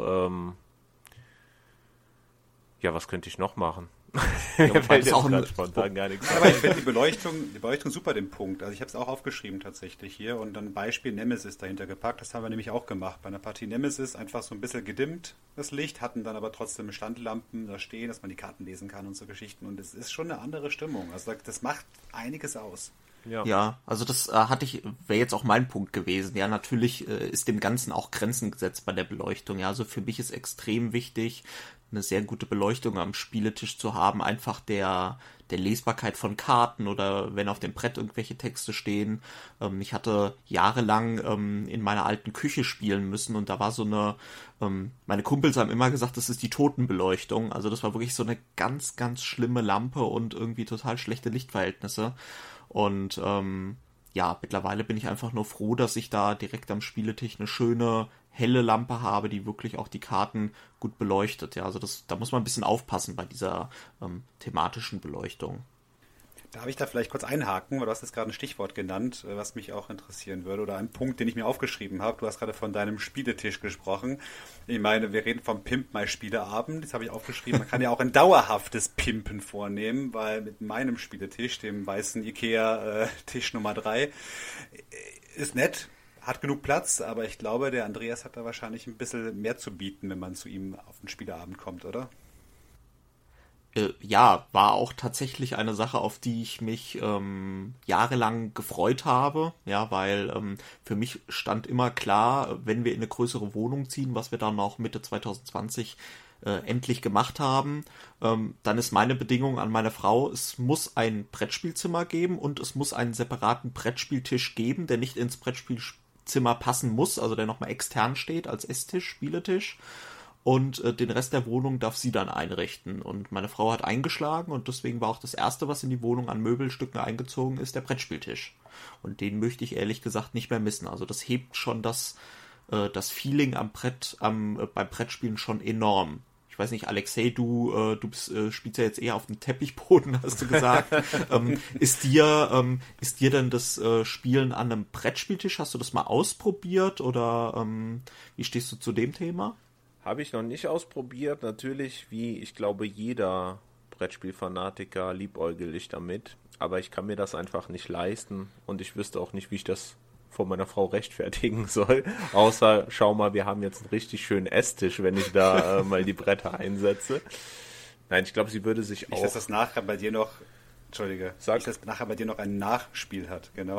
was könnte ich noch machen? Ja, fällt jetzt gerade spontan gar nichts. Aber ich finde die Beleuchtung super den Punkt. Also ich habe es auch aufgeschrieben tatsächlich hier und dann Beispiel Nemesis dahinter gepackt. Das haben wir nämlich auch gemacht. Bei einer Partie Nemesis einfach so ein bisschen gedimmt, das Licht, hatten dann aber trotzdem Standlampen da stehen, dass man die Karten lesen kann und so Geschichten. Und es ist schon eine andere Stimmung. Also das macht einiges aus. Ja, also das wäre jetzt auch mein Punkt gewesen. Ja, natürlich ist dem Ganzen auch Grenzen gesetzt bei der Beleuchtung. Ja, also für mich ist extrem wichtig, eine sehr gute Beleuchtung am Spieletisch zu haben, einfach der Lesbarkeit von Karten oder wenn auf dem Brett irgendwelche Texte stehen. Ich hatte jahrelang in meiner alten Küche spielen müssen und da war so eine, meine Kumpels haben immer gesagt, das ist die Totenbeleuchtung. Also das war wirklich so eine ganz, ganz schlimme Lampe und irgendwie total schlechte Lichtverhältnisse. Und mittlerweile bin ich einfach nur froh, dass ich da direkt am Spieletisch eine schöne, helle Lampe habe, die wirklich auch die Karten gut beleuchtet. Ja, also da muss man ein bisschen aufpassen bei dieser thematischen Beleuchtung. Darf ich da vielleicht kurz einhaken, weil du hast jetzt gerade ein Stichwort genannt, was mich auch interessieren würde, oder ein Punkt, den ich mir aufgeschrieben habe. Du hast gerade von deinem Spieletisch gesprochen. Ich meine, wir reden vom Pimp My Spieleabend. Das habe ich aufgeschrieben. Man kann ja auch ein dauerhaftes Pimpen vornehmen, weil mit meinem Spieletisch, dem weißen Ikea Tisch Nummer 3, ist nett, hat genug Platz, aber ich glaube, der Andreas hat da wahrscheinlich ein bisschen mehr zu bieten, wenn man zu ihm auf den Spieleabend kommt, oder? War auch tatsächlich eine Sache, auf die ich mich jahrelang gefreut habe, ja, weil für mich stand immer klar, wenn wir in eine größere Wohnung ziehen, was wir dann auch Mitte 2020 endlich gemacht haben, dann ist meine Bedingung an meine Frau, es muss ein Brettspielzimmer geben und es muss einen separaten Brettspieltisch geben, der nicht ins Brettspielzimmer passen muss, also der nochmal extern steht als Esstisch, Spieletisch. Und den Rest der Wohnung darf sie dann einrichten. Und meine Frau hat eingeschlagen und deswegen war auch das Erste, was in die Wohnung an Möbelstücken eingezogen ist, der Brettspieltisch. Und den möchte ich ehrlich gesagt nicht mehr missen. Also das hebt schon das Feeling beim Brettspielen schon enorm. Ich weiß nicht, Alexei, du spielst ja jetzt eher auf dem Teppichboden, hast du gesagt. Ist dir denn das Spielen an einem Brettspieltisch, hast du das mal ausprobiert oder wie stehst du zu dem Thema? Habe ich noch nicht ausprobiert. Natürlich, wie ich glaube, jeder Brettspielfanatiker liebäugel ich damit. Aber ich kann mir das einfach nicht leisten. Und ich wüsste auch nicht, wie ich das vor meiner Frau rechtfertigen soll. Außer, schau mal, wir haben jetzt einen richtig schönen Esstisch, wenn ich da mal die Bretter einsetze. Nein, ich glaube, sie würde sich nicht, auch... dass das nachher bei dir noch... Entschuldige. Nicht, dass nachher bei dir noch ein Nachspiel hat, genau.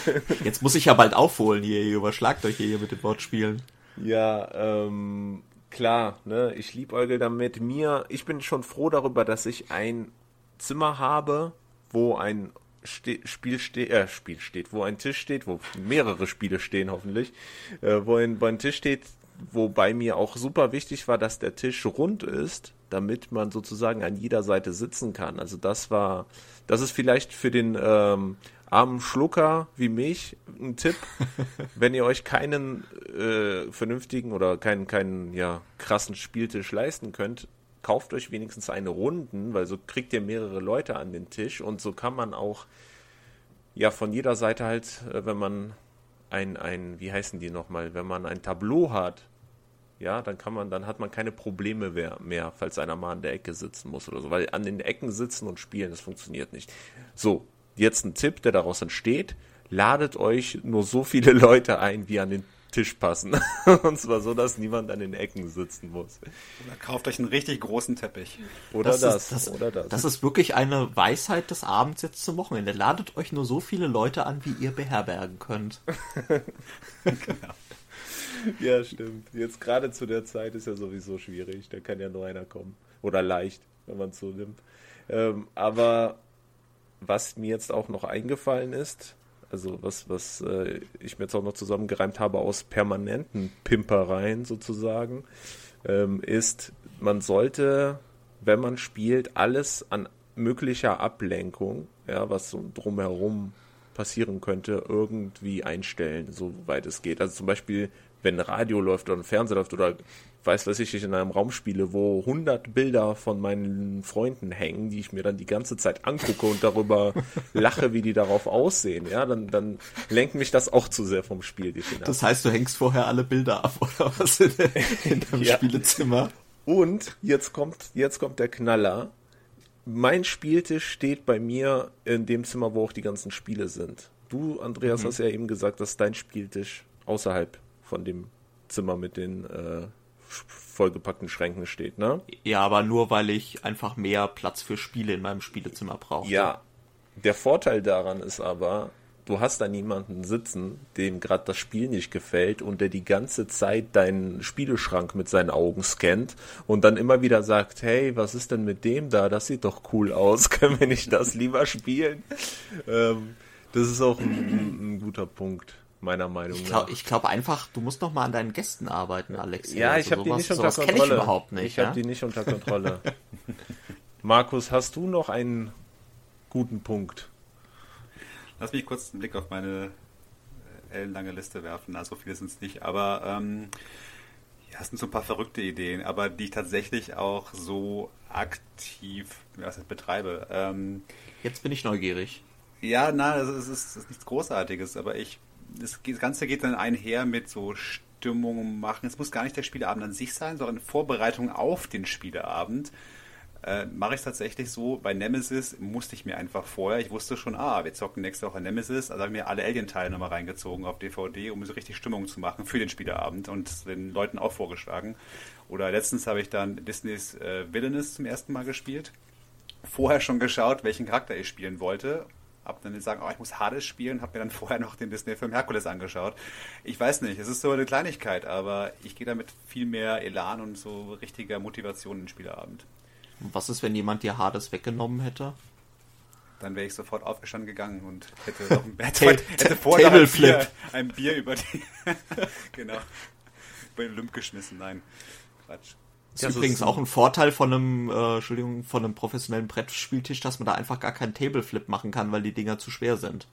Jetzt muss ich ja bald aufholen hier, ihr überschlagt euch hier mit den Wortspielen. Ja, klar, ne, ich liebäugel damit. Ich bin schon froh darüber, dass ich ein Zimmer habe, wo ein Spiel steht, wo ein Tisch steht, wo mehrere Spiele stehen hoffentlich, wo ein Tisch steht, wobei mir auch super wichtig war, dass der Tisch rund ist, damit man sozusagen an jeder Seite sitzen kann. Also das ist vielleicht für den armen Schlucker wie mich ein Tipp, wenn ihr euch keinen vernünftigen oder keinen krassen Spieltisch leisten könnt, kauft euch wenigstens einen runden, weil so kriegt ihr mehrere Leute an den Tisch und so kann man auch von jeder Seite halt, wenn man wie heißen die nochmal, wenn man ein Tableau hat, ja, dann hat man keine Probleme mehr, falls einer mal an der Ecke sitzen muss oder so, weil an den Ecken sitzen und spielen, das funktioniert nicht. So, jetzt ein Tipp, der daraus entsteht, ladet euch nur so viele Leute ein, wie an den Tisch passen. Und zwar so, dass niemand an den Ecken sitzen muss. Oder kauft euch einen richtig großen Teppich. Oder das. Das ist wirklich eine Weisheit des Abends jetzt zum Wochenende. Ladet euch nur so viele Leute an, wie ihr beherbergen könnt. Genau. Ja, stimmt. Jetzt gerade zu der Zeit ist ja sowieso schwierig. Da kann ja nur einer kommen. Oder leicht, wenn man es so nimmt. Aber was mir jetzt auch noch eingefallen ist, also was ich mir jetzt auch noch zusammengereimt habe aus permanenten Pimpereien sozusagen, ist, man sollte, wenn man spielt, alles an möglicher Ablenkung, ja, was so drumherum passieren könnte, irgendwie einstellen, soweit es geht. Also zum Beispiel, wenn ein Radio läuft oder ein Fernseher läuft oder weiß ich in einem Raum spiele, wo 100 Bilder von meinen Freunden hängen, die ich mir dann die ganze Zeit angucke und darüber lache, wie die darauf aussehen, ja, dann lenkt mich das auch zu sehr vom Spiel. Das heißt, du hängst vorher alle Bilder ab, oder was, in deinem Spielezimmer? Und jetzt kommt der Knaller. Mein Spieltisch steht bei mir in dem Zimmer, wo auch die ganzen Spiele sind. Du, Andreas, hast ja eben gesagt, dass dein Spieltisch außerhalb von dem Zimmer mit den vollgepackten Schränken steht, ne? Ja, aber nur, weil ich einfach mehr Platz für Spiele in meinem Spielezimmer brauche. Ja, der Vorteil daran ist aber, du hast da niemanden sitzen, dem gerade das Spiel nicht gefällt und der die ganze Zeit deinen Spieleschrank mit seinen Augen scannt und dann immer wieder sagt, hey, was ist denn mit dem da? Das sieht doch cool aus. Können wir nicht das lieber spielen? Das ist auch ein guter Punkt, meiner Meinung nach. Ich glaube einfach, du musst noch mal an deinen Gästen arbeiten, Alex. Ja, ich habe die nicht unter Kontrolle. Ich überhaupt nicht. Ich habe die nicht unter Kontrolle. Markus, hast du noch einen guten Punkt? Lass mich kurz einen Blick auf meine ellenlange Liste werfen. Also viele sind es nicht, aber es sind so ein paar verrückte Ideen, aber die ich tatsächlich auch so aktiv betreibe. Jetzt bin ich neugierig. Ja, es ist nichts Großartiges, aber das Ganze geht dann einher mit so Stimmung machen. Es muss gar nicht der Spieleabend an sich sein, sondern in Vorbereitung auf den Spieleabend. Mache ich es tatsächlich so, bei Nemesis musste ich mir einfach vorher, ich wusste schon, wir zocken nächste Woche Nemesis, also habe ich mir alle Alien-Teile nochmal reingezogen auf DVD, um so richtig Stimmung zu machen für den Spieleabend und den Leuten auch vorgeschlagen. Oder letztens habe ich dann Disneys Villainous zum ersten Mal gespielt, vorher schon geschaut, welchen Charakter ich spielen wollte, habe dann gesagt, ich muss Hades spielen, habe mir dann vorher noch den Disney-Film Herkules angeschaut. Ich weiß nicht, es ist so eine Kleinigkeit, aber ich gehe damit viel mehr Elan und so richtiger Motivation in den Spieleabend. Und was ist, wenn jemand dir Hades weggenommen hätte? Dann wäre ich sofort aufgestanden gegangen und hätte vorher ein Bier über die genau über den Olymp geschmissen. Nein, Quatsch. Das ist übrigens auch ein Vorteil von einem professionellen Brettspieltisch, dass man da einfach gar keinen Tableflip machen kann, weil die Dinger zu schwer sind.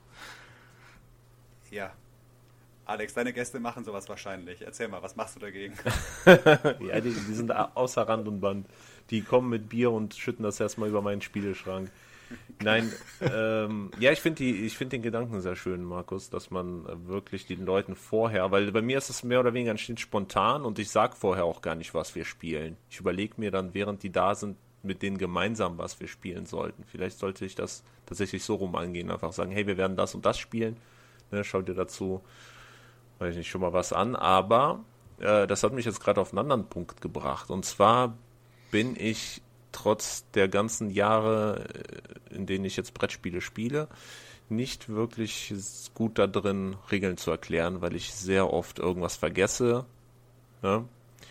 Ja. Alex, deine Gäste machen sowas wahrscheinlich. Erzähl mal, was machst du dagegen? Ja, die sind außer Rand und Band. Die kommen mit Bier und schütten das erstmal über meinen Spieleschrank. Nein, ich finde den Gedanken sehr schön, Markus, dass man wirklich den Leuten vorher, weil bei mir ist es mehr oder weniger ein Schnitt spontan und ich sag vorher auch gar nicht, was wir spielen. Ich überlege mir dann, während die da sind, mit denen gemeinsam, was wir spielen sollten. Vielleicht sollte ich das tatsächlich so rum angehen, einfach sagen, hey, wir werden das und das spielen. Ne, schau dir dazu, weiß ich nicht, schon mal was an, aber das hat mich jetzt gerade auf einen anderen Punkt gebracht. Und zwar bin ich trotz der ganzen Jahre, in denen ich jetzt Brettspiele spiele, nicht wirklich gut da drin, Regeln zu erklären, weil ich sehr oft irgendwas vergesse. Ne?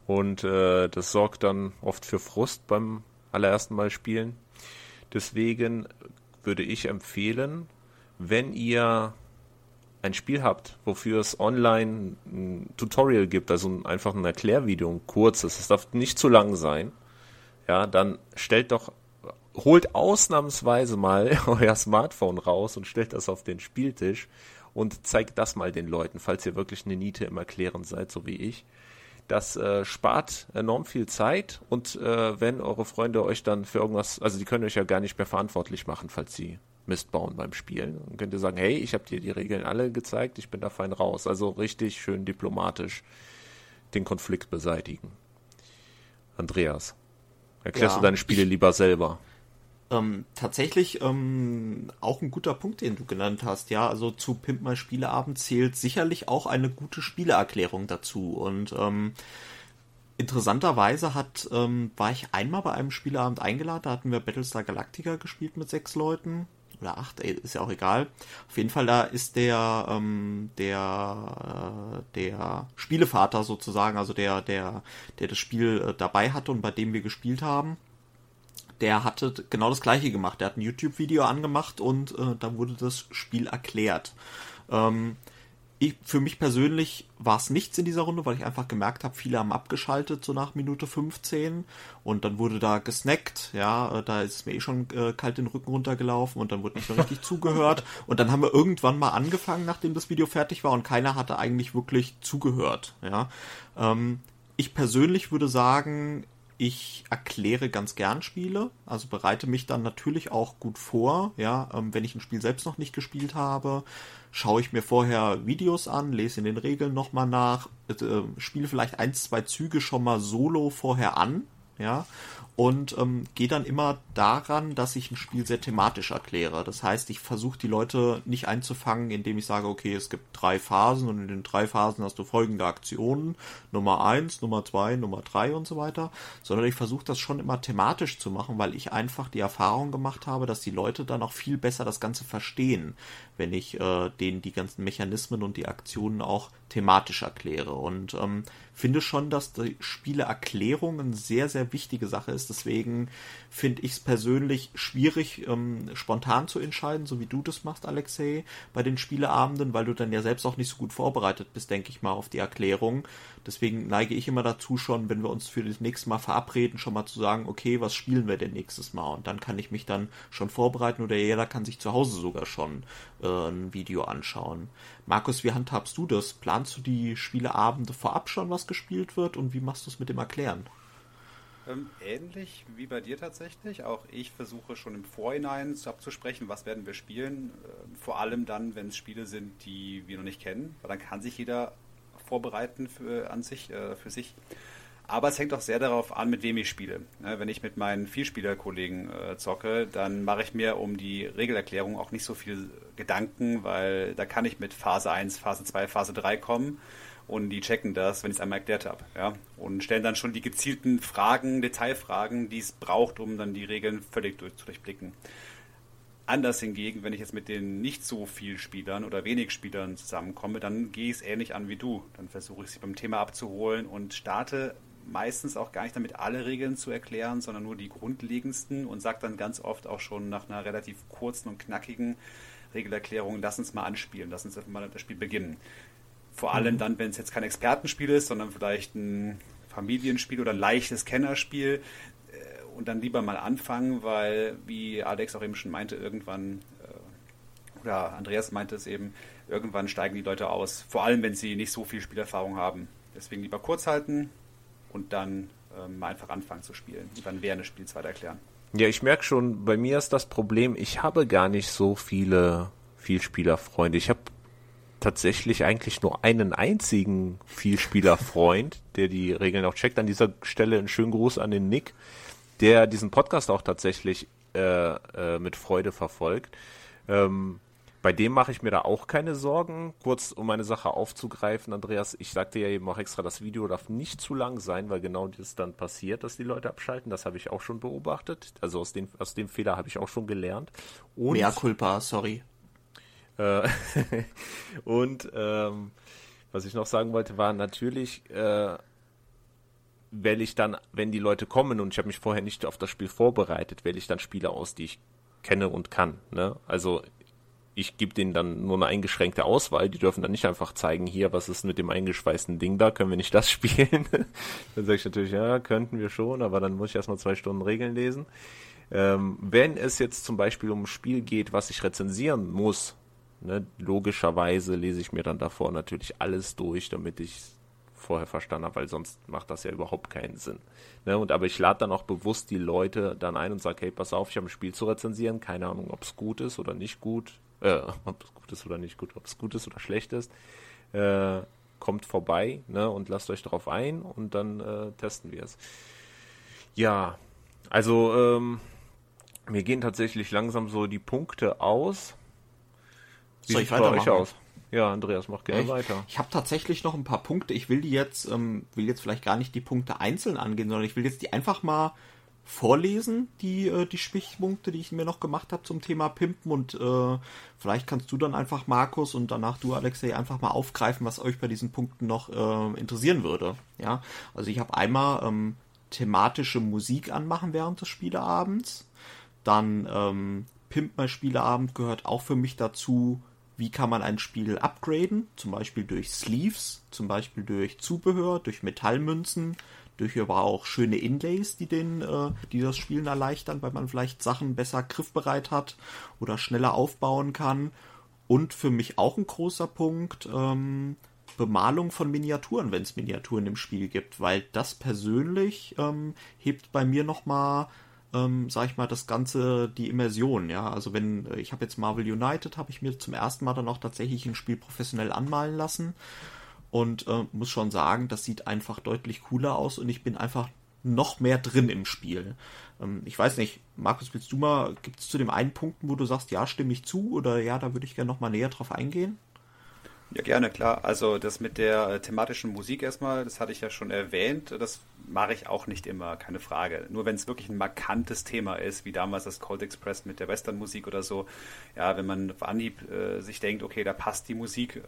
Und das sorgt dann oft für Frust beim allerersten Mal spielen. Deswegen würde ich empfehlen, wenn ihr ein Spiel habt, wofür es online ein Tutorial gibt, also einfach ein Erklärvideo, ein kurzes, es darf nicht zu lang sein, ja, dann holt ausnahmsweise mal euer Smartphone raus und stellt das auf den Spieltisch und zeigt das mal den Leuten, falls ihr wirklich eine Niete im Erklären seid, so wie ich. Das spart enorm viel Zeit und wenn eure Freunde euch dann für irgendwas, also die können euch ja gar nicht mehr verantwortlich machen, falls sie Mist bauen beim Spielen. Dann könnt ihr sagen, hey, ich habe dir die Regeln alle gezeigt, ich bin da fein raus. Also richtig schön diplomatisch den Konflikt beseitigen. Andreas, erklärst du deine Spiele lieber selber? Tatsächlich auch ein guter Punkt, den du genannt hast. Ja, also zu Pimp My Spieleabend zählt sicherlich auch eine gute Spieleerklärung dazu. Und interessanterweise war ich einmal bei einem Spieleabend eingeladen, da hatten wir Battlestar Galactica gespielt mit 6 Leuten. Oder 8, ist ja auch egal. Auf jeden Fall, da ist der Spielevater sozusagen, also der das Spiel dabei hatte und bei dem wir gespielt haben, der hatte genau das Gleiche gemacht. Der hat ein YouTube-Video angemacht und da wurde das Spiel erklärt. Für mich persönlich war es nichts in dieser Runde, weil ich einfach gemerkt habe, viele haben abgeschaltet, so nach Minute 15. Und dann wurde da gesnackt, ja, da ist es mir schon kalt den Rücken runtergelaufen und dann wurde nicht mehr richtig zugehört. Und dann haben wir irgendwann mal angefangen, nachdem das Video fertig war und keiner hatte eigentlich wirklich zugehört, ja. Ich persönlich würde sagen, ich erkläre ganz gern Spiele, also bereite mich dann natürlich auch gut vor, ja, wenn ich ein Spiel selbst noch nicht gespielt habe, schaue ich mir vorher Videos an, lese in den Regeln nochmal nach, spiele vielleicht 1, 2 Züge schon mal solo vorher an, ja, und gehe dann immer daran, dass ich ein Spiel sehr thematisch erkläre. Das heißt, ich versuche die Leute nicht einzufangen, indem ich sage, okay, es gibt 3 Phasen und in den 3 Phasen hast du folgende Aktionen, Nummer 1, Nummer 2, Nummer 3 und so weiter, sondern ich versuche das schon immer thematisch zu machen, weil ich einfach die Erfahrung gemacht habe, dass die Leute dann auch viel besser das Ganze verstehen, wenn ich denen die ganzen Mechanismen und die Aktionen auch thematisch erkläre. Und finde schon, dass die Spieleerklärung eine sehr, sehr wichtige Sache ist. Deswegen finde ich es persönlich schwierig, spontan zu entscheiden, so wie du das machst, Alexei, bei den Spieleabenden, weil du dann ja selbst auch nicht so gut vorbereitet bist, denke ich mal, auf die Erklärung. Deswegen neige ich immer dazu schon, wenn wir uns für das nächste Mal verabreden, schon mal zu sagen, okay, was spielen wir denn nächstes Mal? Und dann kann ich mich dann schon vorbereiten oder jeder kann sich zu Hause sogar schon ein Video anschauen. Markus, wie handhabst du das? Planst du die Spieleabende vorab schon, was gespielt wird und wie machst du es mit dem Erklären? Ähnlich wie bei dir tatsächlich. Auch ich versuche schon im Vorhinein abzusprechen, was werden wir spielen. Vor allem dann, wenn es Spiele sind, die wir noch nicht kennen, weil dann kann sich jeder vorbereiten für sich. Aber es hängt auch sehr darauf an, mit wem ich spiele. Wenn ich mit meinen Vielspielerkollegen zocke, dann mache ich mir um die Regelerklärung auch nicht so viel Gedanken, weil da kann ich mit Phase 1, Phase 2, Phase 3 kommen und die checken das, wenn ich es einmal erklärt habe. Ja? Und stellen dann schon die gezielten Fragen, Detailfragen, die es braucht, um dann die Regeln völlig zu durchblicken. Anders hingegen, wenn ich jetzt mit den nicht so viel Spielern oder wenig Spielern zusammenkomme, dann gehe ich es ähnlich an wie du. Dann versuche ich sie beim Thema abzuholen und starte meistens auch gar nicht damit, alle Regeln zu erklären, sondern nur die grundlegendsten und sage dann ganz oft auch schon nach einer relativ kurzen und knackigen Regelerklärung, lass uns mal anspielen, lass uns mal das Spiel beginnen. Vor allem dann, wenn es jetzt kein Expertenspiel ist, sondern vielleicht ein Familienspiel oder ein leichtes Kennerspiel, und dann lieber mal anfangen, weil, wie Alex auch eben schon meinte, irgendwann, oder Andreas meinte es eben, irgendwann steigen die Leute aus, vor allem wenn sie nicht so viel Spielerfahrung haben. Deswegen lieber kurz halten und dann mal einfach anfangen zu spielen und dann während des Spiels weiter erklären. Ja, ich merke schon, bei mir ist das Problem, ich habe gar nicht so viele Vielspielerfreunde. Ich habe tatsächlich eigentlich nur einen einzigen Vielspielerfreund, der die Regeln auch checkt. An dieser Stelle einen schönen Gruß an den Nick, der diesen Podcast auch tatsächlich mit Freude verfolgt. Bei dem mache ich mir da auch keine Sorgen. Kurz, um eine Sache aufzugreifen, Andreas, ich sagte ja eben auch extra, das Video darf nicht zu lang sein, weil genau das dann passiert, dass die Leute abschalten. Das habe ich auch schon beobachtet. Also aus dem Fehler habe ich auch schon gelernt. Und, Mea culpa, sorry. Und was ich noch sagen wollte, war natürlich wähle ich dann, wenn die Leute kommen und ich habe mich vorher nicht auf das Spiel vorbereitet, wähle ich dann Spiele aus, die ich kenne und kann. Ne? Also ich gebe denen dann nur eine eingeschränkte Auswahl, die dürfen dann nicht einfach zeigen, hier, was ist mit dem eingeschweißten Ding da, können wir nicht das spielen? Dann sage ich natürlich, ja, könnten wir schon, aber dann muss ich erstmal 2 Stunden Regeln lesen. Wenn es jetzt zum Beispiel um ein Spiel geht, was ich rezensieren muss, ne, logischerweise lese ich mir dann davor natürlich alles durch, damit ich vorher verstanden habe, weil sonst macht das ja überhaupt keinen Sinn. Ne, aber ich lade dann auch bewusst die Leute dann ein und sage, hey, pass auf, ich habe ein Spiel zu rezensieren, keine Ahnung, ob es gut ist oder nicht gut, ob es gut ist oder nicht gut, ob es gut ist oder schlecht ist, kommt vorbei, ne, und lasst euch darauf ein und dann testen wir es. Ja, also mir gehen tatsächlich langsam so die Punkte aus. Wie Soll ich sieht es bei euch weitermachen? aus? Ja, Andreas, mach gerne weiter. Ich habe tatsächlich noch ein paar Punkte. Ich will jetzt vielleicht gar nicht die Punkte einzeln angehen, sondern ich will jetzt die einfach mal vorlesen, die Stichpunkte, die ich mir noch gemacht habe zum Thema Pimpen, und vielleicht kannst du dann einfach, Markus, und danach du, Alexei, einfach mal aufgreifen, was euch bei diesen Punkten noch interessieren würde. Ja, also ich habe einmal thematische Musik anmachen während des Spieleabends. Dann Pimp My Spieleabend gehört auch für mich dazu, wie kann man ein Spiel upgraden, zum Beispiel durch Sleeves, zum Beispiel durch Zubehör, durch Metallmünzen, durch aber auch schöne Inlays, die das Spielen erleichtern, weil man vielleicht Sachen besser griffbereit hat oder schneller aufbauen kann. Und für mich auch ein großer Punkt, Bemalung von Miniaturen, wenn es Miniaturen im Spiel gibt, weil das persönlich hebt bei mir nochmal, sag ich mal, das Ganze, die Immersion, ja, also ich habe jetzt Marvel United, habe ich mir zum ersten Mal dann auch tatsächlich ein Spiel professionell anmalen lassen und muss schon sagen, das sieht einfach deutlich cooler aus und ich bin einfach noch mehr drin im Spiel. Ich weiß nicht, Markus, gibt es zu dem einen Punkt, wo du sagst, ja, stimme ich zu, oder ja, da würde ich gerne noch mal näher drauf eingehen? Ja, gerne, klar. Also das mit der thematischen Musik erstmal, das hatte ich ja schon erwähnt, das mache ich auch nicht immer, keine Frage. Nur wenn es wirklich ein markantes Thema ist, wie damals das Cold Express mit der Western-Musik oder so, ja, wenn man auf Anhieb sich denkt, okay, da passt die Musik,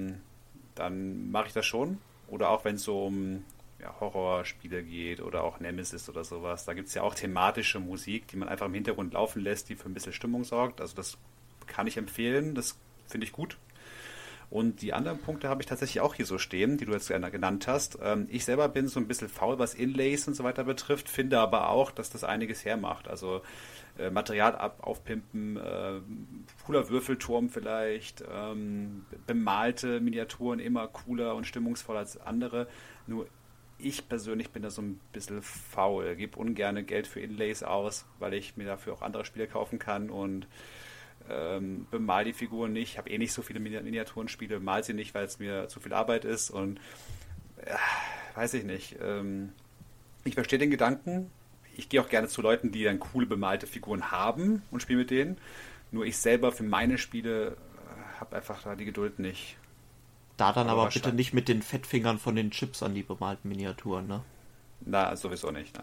dann mache ich das schon. Oder auch wenn es so um Horrorspiele geht oder auch Nemesis oder sowas, da gibt es ja auch thematische Musik, die man einfach im Hintergrund laufen lässt, die für ein bisschen Stimmung sorgt. Also das kann ich empfehlen, das finde ich gut. Und die anderen Punkte habe ich tatsächlich auch hier so stehen, die du jetzt genannt hast. Ich selber bin so ein bisschen faul, was Inlays und so weiter betrifft, finde aber auch, dass das einiges hermacht. Also Material aufpimpen, cooler Würfelturm vielleicht, bemalte Miniaturen immer cooler und stimmungsvoller als andere. Nur ich persönlich bin da so ein bisschen faul, gebe ungern Geld für Inlays aus, weil ich mir dafür auch andere Spiele kaufen kann und bemal die Figuren nicht. Ich habe nicht so viele Miniaturenspiele, bemal sie nicht, weil es mir zu viel Arbeit ist und weiß ich nicht. Ich verstehe den Gedanken. Ich gehe auch gerne zu Leuten, die dann coole bemalte Figuren haben und spiele mit denen. Nur ich selber für meine Spiele habe einfach da die Geduld nicht. Da dann aber bitte nicht mit den Fettfingern von den Chips an die bemalten Miniaturen, ne? Na, sowieso nicht.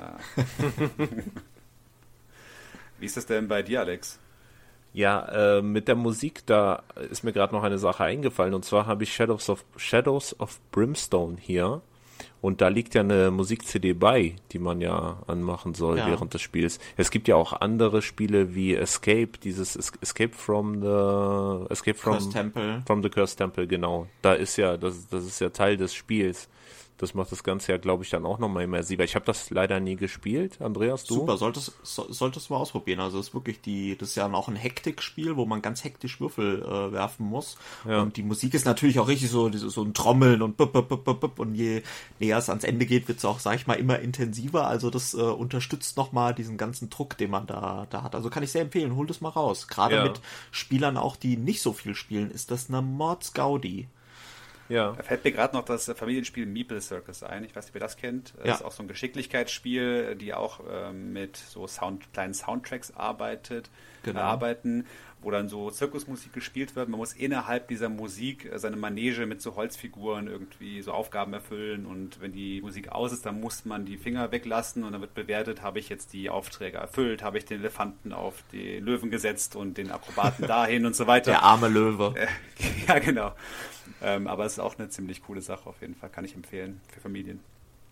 Wie ist das denn bei dir, Alex? Ja, mit der Musik, da ist mir gerade noch eine Sache eingefallen, und zwar habe ich Shadows of Brimstone hier, und da liegt ja eine Musik-CD bei, die man ja anmachen soll während des Spiels. Es gibt ja auch andere Spiele wie Escape from the Cursed Temple, genau. Da ist ja, das ist ja Teil des Spiels. Das macht das Ganze ja, glaube ich, dann auch nochmal immersiver. Ich habe das leider nie gespielt. Andreas, du? Super, solltest du mal ausprobieren. Also das ist wirklich das ist ja auch ein Hektikspiel, wo man ganz hektisch Würfel werfen muss. Ja. Und die Musik ist natürlich auch richtig so ein Trommeln und und je näher es ans Ende geht, wird es auch, sag ich mal, immer intensiver. Also das unterstützt nochmal diesen ganzen Druck, den man da hat. Also kann ich sehr empfehlen, hol das mal raus. Gerade mit Spielern auch, die nicht so viel spielen, ist das eine Mordsgaudi. Ja. Da fällt mir gerade noch das Familienspiel Meeple Circus ein. Ich weiß nicht, ob ihr das kennt. Das ist auch so ein Geschicklichkeitsspiel, die auch mit so kleinen Soundtracks arbeiten, wo dann so Zirkusmusik gespielt wird. Man muss innerhalb dieser Musik seine Manege mit so Holzfiguren irgendwie so Aufgaben erfüllen, und wenn die Musik aus ist, dann muss man die Finger weglassen und dann wird bewertet, habe ich jetzt die Aufträge erfüllt, habe ich den Elefanten auf den Löwen gesetzt und den Akrobaten dahin und so weiter. Der arme Löwe. Ja, genau. Aber es ist auch eine ziemlich coole Sache auf jeden Fall, kann ich empfehlen für Familien.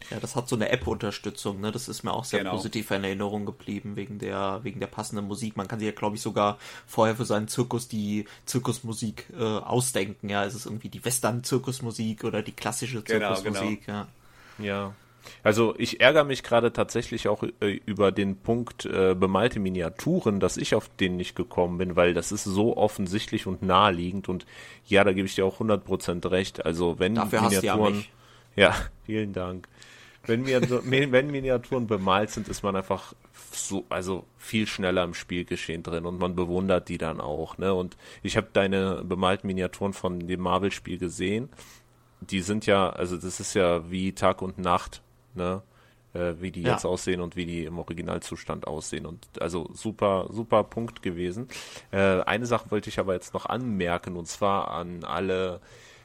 Ja, das hat so eine App-Unterstützung, ne? Das ist mir auch sehr positiv in Erinnerung geblieben, wegen der passenden Musik. Man kann sich ja, glaube ich, sogar vorher für seinen Zirkus die Zirkusmusik ausdenken, ja. Ist es irgendwie die Western-Zirkusmusik oder die klassische Zirkusmusik, genau. Ja. Also ich ärgere mich gerade tatsächlich auch über den Punkt bemalte Miniaturen, dass ich auf den nicht gekommen bin, weil das ist so offensichtlich und naheliegend und ja, da gebe ich dir auch 100% recht. Also wenn Dafür Miniaturen... hast du ja mich. Ja, vielen Dank. Wenn Miniaturen bemalt sind, ist man einfach also viel schneller im Spielgeschehen drin und man bewundert die dann auch, ne? Und ich habe deine bemalten Miniaturen von dem Marvel-Spiel gesehen. Die sind ja, also das ist ja wie Tag und Nacht, ne? Wie die jetzt aussehen und wie die im Originalzustand aussehen. Und also super, super Punkt gewesen. Eine Sache wollte ich aber jetzt noch anmerken, und zwar an alle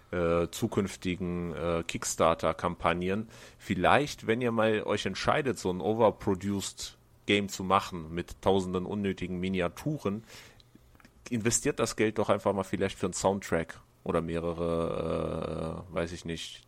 zukünftigen Kickstarter-Kampagnen. Vielleicht, wenn ihr mal euch entscheidet, so ein overproduced Game zu machen mit tausenden unnötigen Miniaturen, investiert das Geld doch einfach mal vielleicht für einen Soundtrack oder mehrere, weiß ich nicht,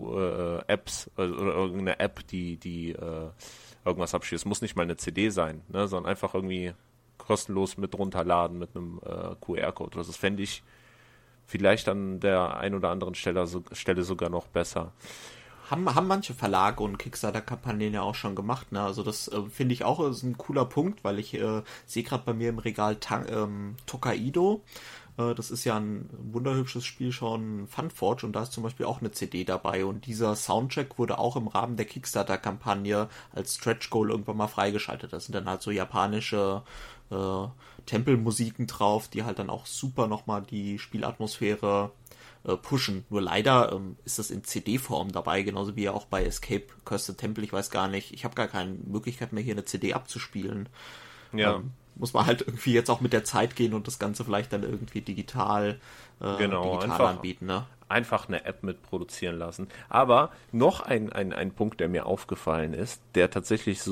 Apps oder irgendeine App, die irgendwas abspielt. Es muss nicht mal eine CD sein, ne, sondern einfach irgendwie kostenlos mit runterladen mit einem QR-Code. Das fände ich vielleicht an der ein oder anderen Stelle sogar noch besser. Haben manche Verlage und Kickstarter-Kampagnen ja auch schon gemacht, ne? Also das finde ich auch ist ein cooler Punkt, weil ich sehe gerade bei mir im Regal Tokaido. Das ist ja ein wunderhübsches Spiel schon, Funforge, und da ist zum Beispiel auch eine CD dabei und dieser Soundtrack wurde auch im Rahmen der Kickstarter-Kampagne als Stretch Goal irgendwann mal freigeschaltet. Das sind dann halt so japanische Tempelmusiken drauf, die halt dann auch super nochmal die Spielatmosphäre pushen. Nur leider ist das in CD-Form dabei, genauso wie ja auch bei Escape Cursed Temple. Ich weiß gar nicht, ich habe gar keine Möglichkeit mehr, hier eine CD abzuspielen. Ja. Muss man halt irgendwie jetzt auch mit der Zeit gehen und das Ganze vielleicht dann irgendwie digital anbieten, ne? Einfach eine App mit produzieren lassen. Aber noch ein Punkt, der mir aufgefallen ist, der tatsächlich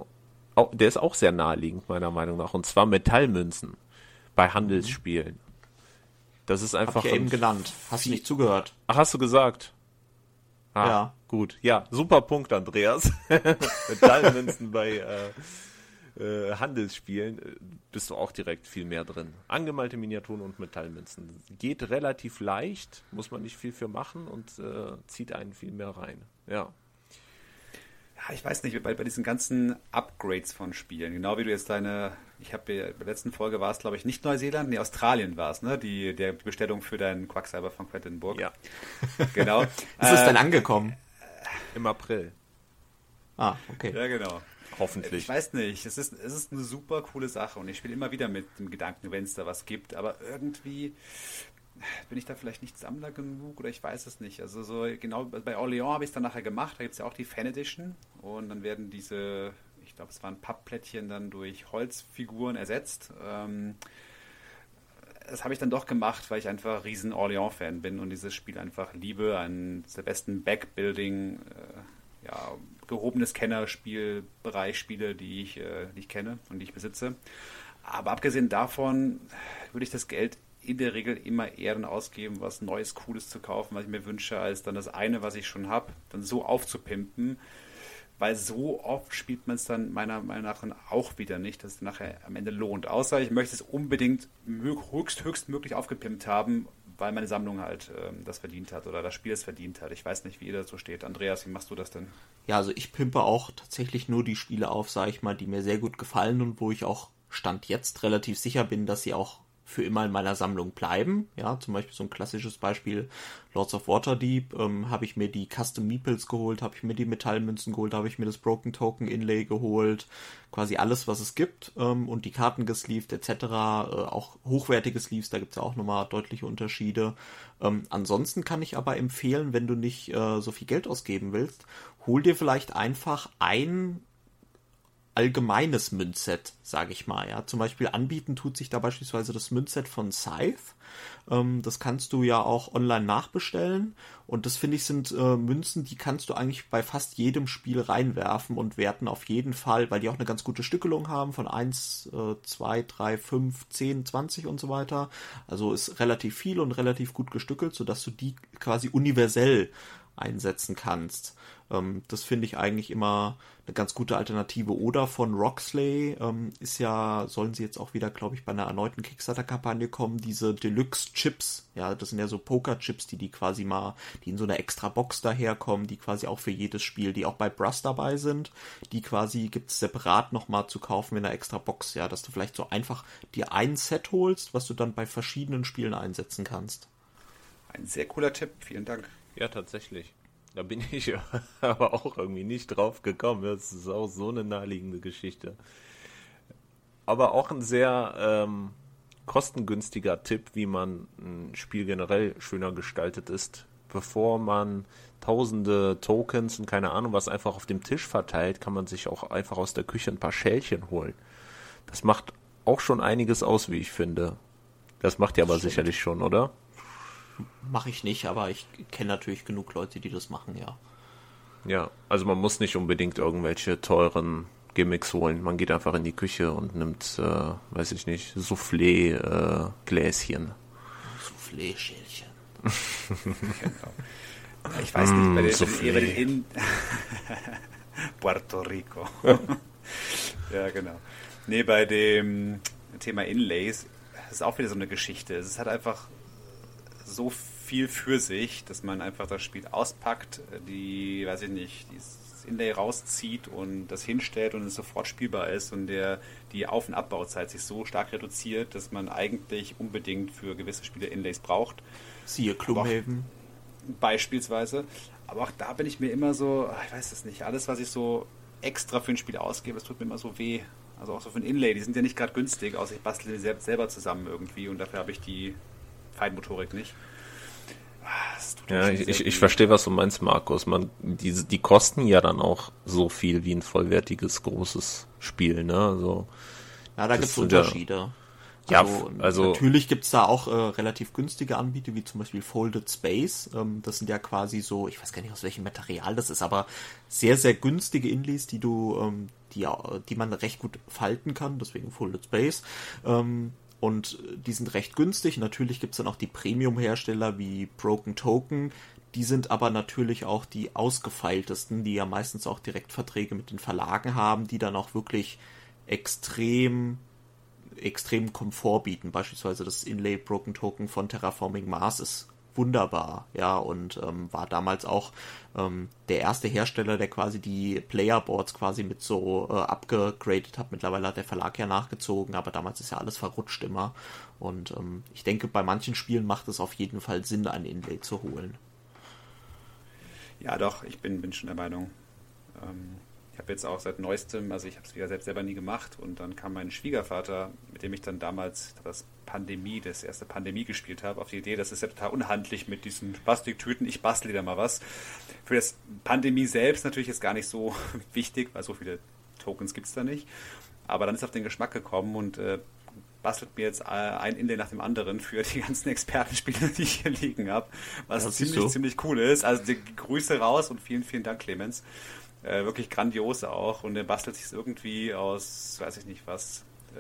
der ist auch sehr naheliegend, meiner Meinung nach, und zwar Metallmünzen bei Handelsspielen. Das ist einfach... Hab ich ja eben genannt. Hast du nicht zugehört? Ach, hast du gesagt? Ah, ja. Gut. Ja, super Punkt, Andreas. Metallmünzen bei Handelsspielen bist du auch direkt viel mehr drin. Angemalte Miniaturen und Metallmünzen. Geht relativ leicht, muss man nicht viel für machen und zieht einen viel mehr rein. Ja. Ja, ich weiß nicht, bei diesen ganzen Upgrades von Spielen, genau wie du jetzt ich habe bei der letzten Folge war es, glaube ich, nicht Neuseeland, nee, Australien war es, ne? Die Bestellung für deinen Quacksalber von Quedlinburg. Ja. Genau. Ist es denn angekommen? Im April. Ah, okay. Ja, genau. Hoffentlich. Ich weiß nicht, es ist eine super coole Sache und ich spiele immer wieder mit dem Gedanken, wenn es da was gibt, aber irgendwie bin ich da vielleicht nicht Sammler genug oder ich weiß es nicht. Also so genau bei Orléans habe ich es dann nachher gemacht, da gibt es ja auch die Fan Edition und dann werden diese, ich glaube es waren Pappplättchen dann durch Holzfiguren ersetzt. Das habe ich dann doch gemacht, weil ich einfach riesen Orléans-Fan bin und dieses Spiel einfach liebe, eines der besten Backbuilding, gehobenes Kennerspielbereichspiele, die ich kenne und die ich besitze. Aber abgesehen davon würde ich das Geld in der Regel immer eher dann ausgeben, was Neues, Cooles zu kaufen, was ich mir wünsche, als dann das eine, was ich schon habe, dann so aufzupimpen, weil so oft spielt man es dann meiner Meinung nach auch wieder nicht, dass es nachher am Ende lohnt. Außer ich möchte es unbedingt höchstmöglich aufgepimpt haben, weil meine Sammlung halt das verdient hat oder das Spiel es verdient hat. Ich weiß nicht, wie ihr dazu steht. Andreas, wie machst du das denn? Ja, also ich pimpe auch tatsächlich nur die Spiele auf, sage ich mal, die mir sehr gut gefallen und wo ich auch Stand jetzt relativ sicher bin, dass sie auch für immer in meiner Sammlung bleiben. Ja, zum Beispiel so ein klassisches Beispiel, Lords of Waterdeep, habe ich mir die Custom Meeples geholt, habe ich mir die Metallmünzen geholt, habe ich mir das Broken Token Inlay geholt, quasi alles, was es gibt, und die Karten gesleeved etc., auch hochwertige Sleeves, da gibt es ja auch nochmal deutliche Unterschiede. Ansonsten kann ich aber empfehlen, wenn du nicht so viel Geld ausgeben willst, hol dir vielleicht einfach ein allgemeines Münzset, sage ich mal. Ja, zum Beispiel anbieten tut sich da beispielsweise das Münzset von Scythe. Das kannst du ja auch online nachbestellen und das finde ich sind Münzen, die kannst du eigentlich bei fast jedem Spiel reinwerfen und werten auf jeden Fall, weil die auch eine ganz gute Stückelung haben von 1, 2, 3, 5, 10, 20 und so weiter. Also ist relativ viel und relativ gut gestückelt, sodass du die quasi universell einsetzen kannst. Das finde ich eigentlich immer eine ganz gute Alternative. Oder von Roxley sollen sie jetzt auch wieder, glaube ich, bei einer erneuten Kickstarter-Kampagne kommen, diese Deluxe-Chips. Ja, das sind ja so Poker-Chips, die in so einer extra Box daherkommen, die quasi auch für jedes Spiel, die auch bei Brass dabei sind, die quasi gibt's separat nochmal zu kaufen in einer extra Box, ja, dass du vielleicht so einfach dir ein Set holst, was du dann bei verschiedenen Spielen einsetzen kannst. Ein sehr cooler Tipp, vielen Dank. Ja, tatsächlich. Da bin ich aber auch irgendwie nicht drauf gekommen. Das ist auch so eine naheliegende Geschichte. Aber auch ein sehr kostengünstiger Tipp, wie man ein Spiel generell schöner gestaltet ist. Bevor man tausende Tokens und keine Ahnung was einfach auf dem Tisch verteilt, kann man sich auch einfach aus der Küche ein paar Schälchen holen. Das macht auch schon einiges aus, wie ich finde. Das macht ihr aber sicherlich schon, oder? Mache ich nicht, aber ich kenne natürlich genug Leute, die das machen, ja. Ja, also man muss nicht unbedingt irgendwelche teuren Gimmicks holen. Man geht einfach in die Küche und nimmt, weiß ich nicht, Soufflé-Gläschen. Soufflé-Schälchen. Genau. Ich weiß nicht, bei den Puerto Rico. Ja, genau. Nee, bei dem Thema Inlays ist auch wieder so eine Geschichte. Es hat einfach so viel für sich, dass man einfach das Spiel auspackt, dieses Inlay rauszieht und das hinstellt und es sofort spielbar ist und die Auf- und Abbauzeit sich so stark reduziert, dass man eigentlich unbedingt für gewisse Spiele Inlays braucht. Siehe Gloomhaven. Beispielsweise. Aber auch da bin ich mir immer so, ich weiß es nicht, alles, was ich so extra für ein Spiel ausgebe, es tut mir immer so weh. Also auch so für ein Inlay, die sind ja nicht gerade günstig, außer ich bastle die selber zusammen irgendwie und dafür habe ich die Feinmotorik nicht. Ja, ich verstehe, was du meinst, Markus. Die kosten ja dann auch so viel wie ein vollwertiges, großes Spiel, ne? Also, ja, da gibt es Unterschiede. Also natürlich gibt es da auch relativ günstige Anbieter, wie zum Beispiel Folded Space. Das sind ja quasi so, ich weiß gar nicht, aus welchem Material das ist, aber sehr, sehr günstige Inlays, die man recht gut falten kann, deswegen Folded Space. Und die sind recht günstig. Natürlich gibt es dann auch die Premium-Hersteller wie Broken Token. Die sind aber natürlich auch die ausgefeiltesten, die ja meistens auch Direktverträge mit den Verlagen haben, die dann auch wirklich extrem Komfort bieten. Beispielsweise das Inlay Broken Token von Terraforming Mars ist wunderbar, ja, und war damals auch der erste Hersteller, der quasi die Playerboards quasi mit so abgegradet hat. Mittlerweile hat der Verlag ja nachgezogen, aber damals ist ja alles verrutscht immer. Und ich denke, bei manchen Spielen macht es auf jeden Fall Sinn, ein Inlay zu holen. Ja, doch, ich bin schon der Meinung. Ich habe jetzt auch seit neuestem, also ich habe es wieder selbst selber nie gemacht und dann kam mein Schwiegervater, mit dem ich dann damals das erste Pandemie gespielt habe, auf die Idee, das ist ja total unhandlich mit diesen Plastiktüten, ich bastel da mal was. Für das Pandemie selbst natürlich jetzt gar nicht so wichtig, weil so viele Tokens gibt es da nicht, aber dann ist auf den Geschmack gekommen und bastelt mir jetzt ein Inlay nach dem anderen für die ganzen Expertenspiele, die ich hier liegen habe, was ziemlich cool ist. Also die Grüße raus und vielen, vielen Dank, Clemens. Wirklich grandios auch und er bastelt sich irgendwie aus, weiß ich nicht was,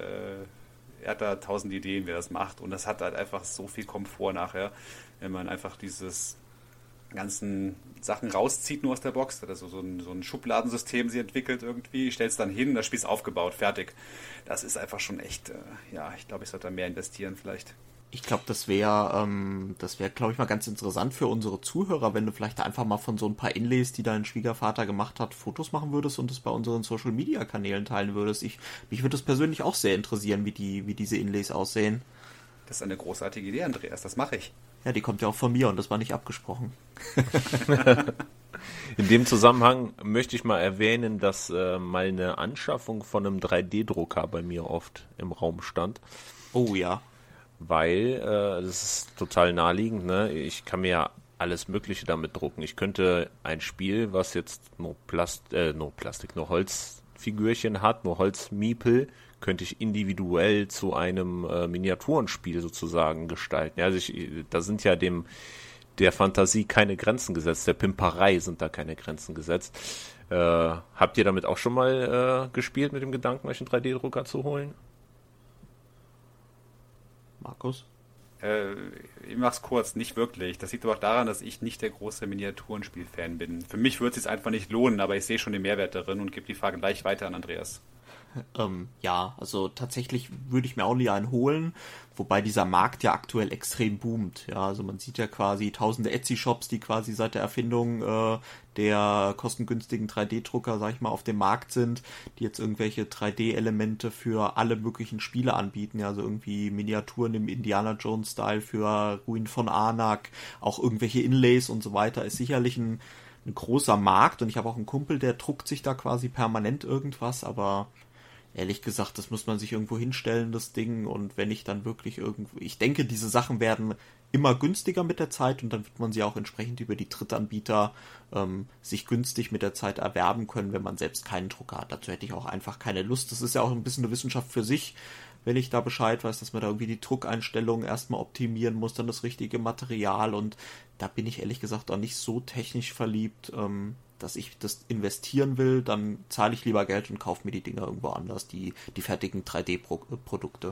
er hat da 1000 Ideen, wer das macht und das hat halt einfach so viel Komfort nachher, wenn man einfach dieses ganzen Sachen rauszieht nur aus der Box, hat also so ein Schubladensystem sie entwickelt irgendwie, stellt es dann hin, das Spiel ist aufgebaut, fertig. Das ist einfach schon echt, ich glaube, ich sollte da mehr investieren vielleicht. Ich glaube, das wäre, glaube ich, mal ganz interessant für unsere Zuhörer, wenn du vielleicht einfach mal von so ein paar Inlays, die dein Schwiegervater gemacht hat, Fotos machen würdest und es bei unseren Social-Media-Kanälen teilen würdest. Mich würde es persönlich auch sehr interessieren, wie diese Inlays aussehen. Das ist eine großartige Idee, Andreas, das mache ich. Ja, die kommt ja auch von mir und das war nicht abgesprochen. In dem Zusammenhang möchte ich mal erwähnen, dass mal eine Anschaffung von einem 3D-Drucker bei mir oft im Raum stand. Oh ja. Weil, das ist total naheliegend, ne? Ich kann mir ja alles Mögliche damit drucken. Ich könnte ein Spiel, was jetzt nur Holzfigürchen hat, nur Holzmiepel, könnte ich individuell zu einem Miniaturenspiel sozusagen gestalten. Ja, also da sind ja der Fantasie keine Grenzen gesetzt, der Pimperei sind da keine Grenzen gesetzt. Habt ihr damit auch schon mal gespielt, mit dem Gedanken, euch einen 3D-Drucker zu holen? Markus? Ich mach's kurz, nicht wirklich. Das liegt aber auch daran, dass ich nicht der große Miniaturenspiel-Fan bin. Für mich wird es sich einfach nicht lohnen, aber ich sehe schon den Mehrwert darin und gebe die Frage gleich weiter an Andreas. Ja, also tatsächlich würde ich mir auch nie einen holen, wobei dieser Markt ja aktuell extrem boomt. Ja, also man sieht ja quasi tausende Etsy-Shops, die quasi seit der Erfindung der kostengünstigen 3D-Drucker, sag ich mal, auf dem Markt sind, die jetzt irgendwelche 3D-Elemente für alle möglichen Spiele anbieten. Ja, also irgendwie Miniaturen im Indiana Jones-Style für Ruinen von Arnak, auch irgendwelche Inlays und so weiter, ist sicherlich ein großer Markt, und ich habe auch einen Kumpel, der druckt sich da quasi permanent irgendwas, aber ehrlich gesagt, das muss man sich irgendwo hinstellen, das Ding, und wenn ich dann wirklich irgendwo, ich denke, diese Sachen werden immer günstiger mit der Zeit, und dann wird man sie auch entsprechend über die Drittanbieter sich günstig mit der Zeit erwerben können, wenn man selbst keinen Drucker hat. Dazu hätte ich auch einfach keine Lust. Das ist ja auch ein bisschen eine Wissenschaft für sich, wenn ich da Bescheid weiß, dass man da irgendwie die Druckeinstellungen erstmal optimieren muss, dann das richtige Material, und da bin ich ehrlich gesagt auch nicht so technisch verliebt, dass ich das investieren will. Dann zahle ich lieber Geld und kaufe mir die Dinger irgendwo anders, die fertigen 3D-Produkte.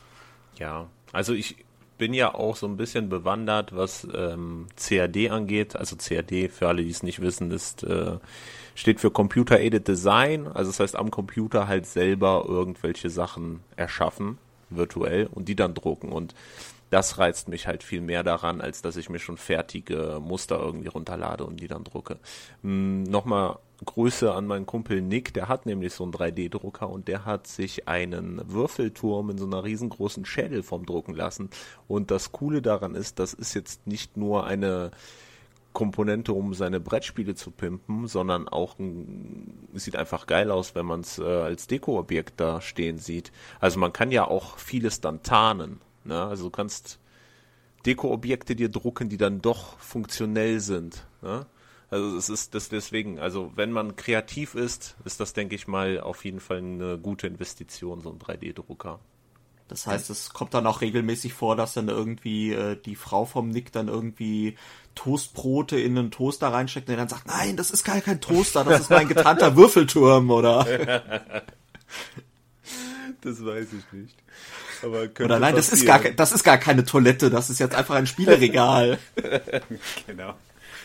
Ja, also ich bin ja auch so ein bisschen bewandert, was CAD angeht. Also CAD, für alle, die es nicht wissen, steht für Computer Aided Design. Also das heißt, am Computer halt selber irgendwelche Sachen erschaffen, virtuell, und die dann drucken. Und das reizt mich halt viel mehr daran, als dass ich mir schon fertige Muster irgendwie runterlade und die dann drucke. Nochmal Grüße an meinen Kumpel Nick, der hat nämlich so einen 3D-Drucker, und der hat sich einen Würfelturm in so einer riesengroßen Schädelform drucken lassen. Und das Coole daran ist, das ist jetzt nicht nur eine Komponente, um seine Brettspiele zu pimpen, sondern auch es sieht einfach geil aus, wenn man es als Dekoobjekt da stehen sieht. Also man kann ja auch vieles dann tarnen. Ne? Also du kannst Dekoobjekte dir drucken, die dann doch funktionell sind. Ne? Also es ist das deswegen, also wenn man kreativ ist das, denke ich mal, auf jeden Fall eine gute Investition, so ein 3D-Drucker. Das heißt, es kommt dann auch regelmäßig vor, dass dann irgendwie die Frau vom Nick dann irgendwie Toastbrote in einen Toaster reinsteckt und dann sagt, nein, das ist gar kein Toaster, das ist mein getarnter Würfelturm, oder? Das weiß ich nicht. Aber oder nein, das ist gar keine Toilette, das ist jetzt einfach ein Spieleregal. Genau.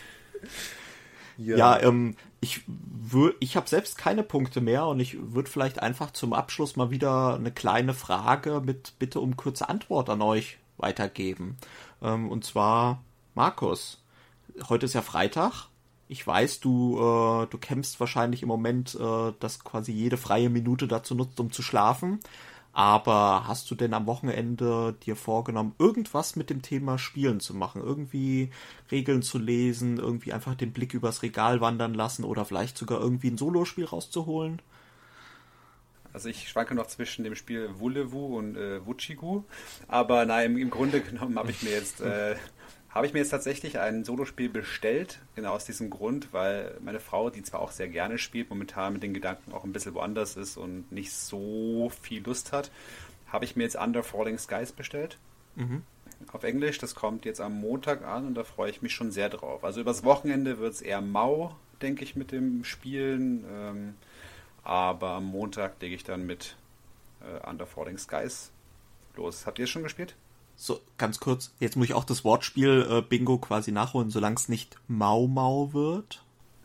Ja, ich habe selbst keine Punkte mehr, und ich würde vielleicht einfach zum Abschluss mal wieder eine kleine Frage mit Bitte um kurze Antwort an euch weitergeben. Und zwar, Markus, heute ist ja Freitag. Ich weiß, du kämpfst wahrscheinlich im Moment, dass quasi jede freie Minute dazu nutzt, um zu schlafen. Aber hast du denn am Wochenende dir vorgenommen, irgendwas mit dem Thema Spielen zu machen? Irgendwie Regeln zu lesen, irgendwie einfach den Blick übers Regal wandern lassen oder vielleicht sogar irgendwie ein Solospiel rauszuholen? Also ich schwanke noch zwischen dem Spiel Wulewu und Wuchigu. Aber nein, im Grunde genommen habe ich mir jetzt tatsächlich ein Solospiel bestellt, genau aus diesem Grund, weil meine Frau, die zwar auch sehr gerne spielt, momentan mit den Gedanken auch ein bisschen woanders ist und nicht so viel Lust hat, habe ich mir jetzt Under Falling Skies bestellt. Auf Englisch. Das kommt jetzt am Montag an, und da freue ich mich schon sehr drauf. Also übers Wochenende wird es eher mau, denke ich, mit dem Spielen. Aber am Montag lege ich dann mit Under Falling Skies los. Habt ihr es schon gespielt? So, ganz kurz, jetzt muss ich auch das Wortspiel Bingo quasi nachholen, solange es nicht Mau wird.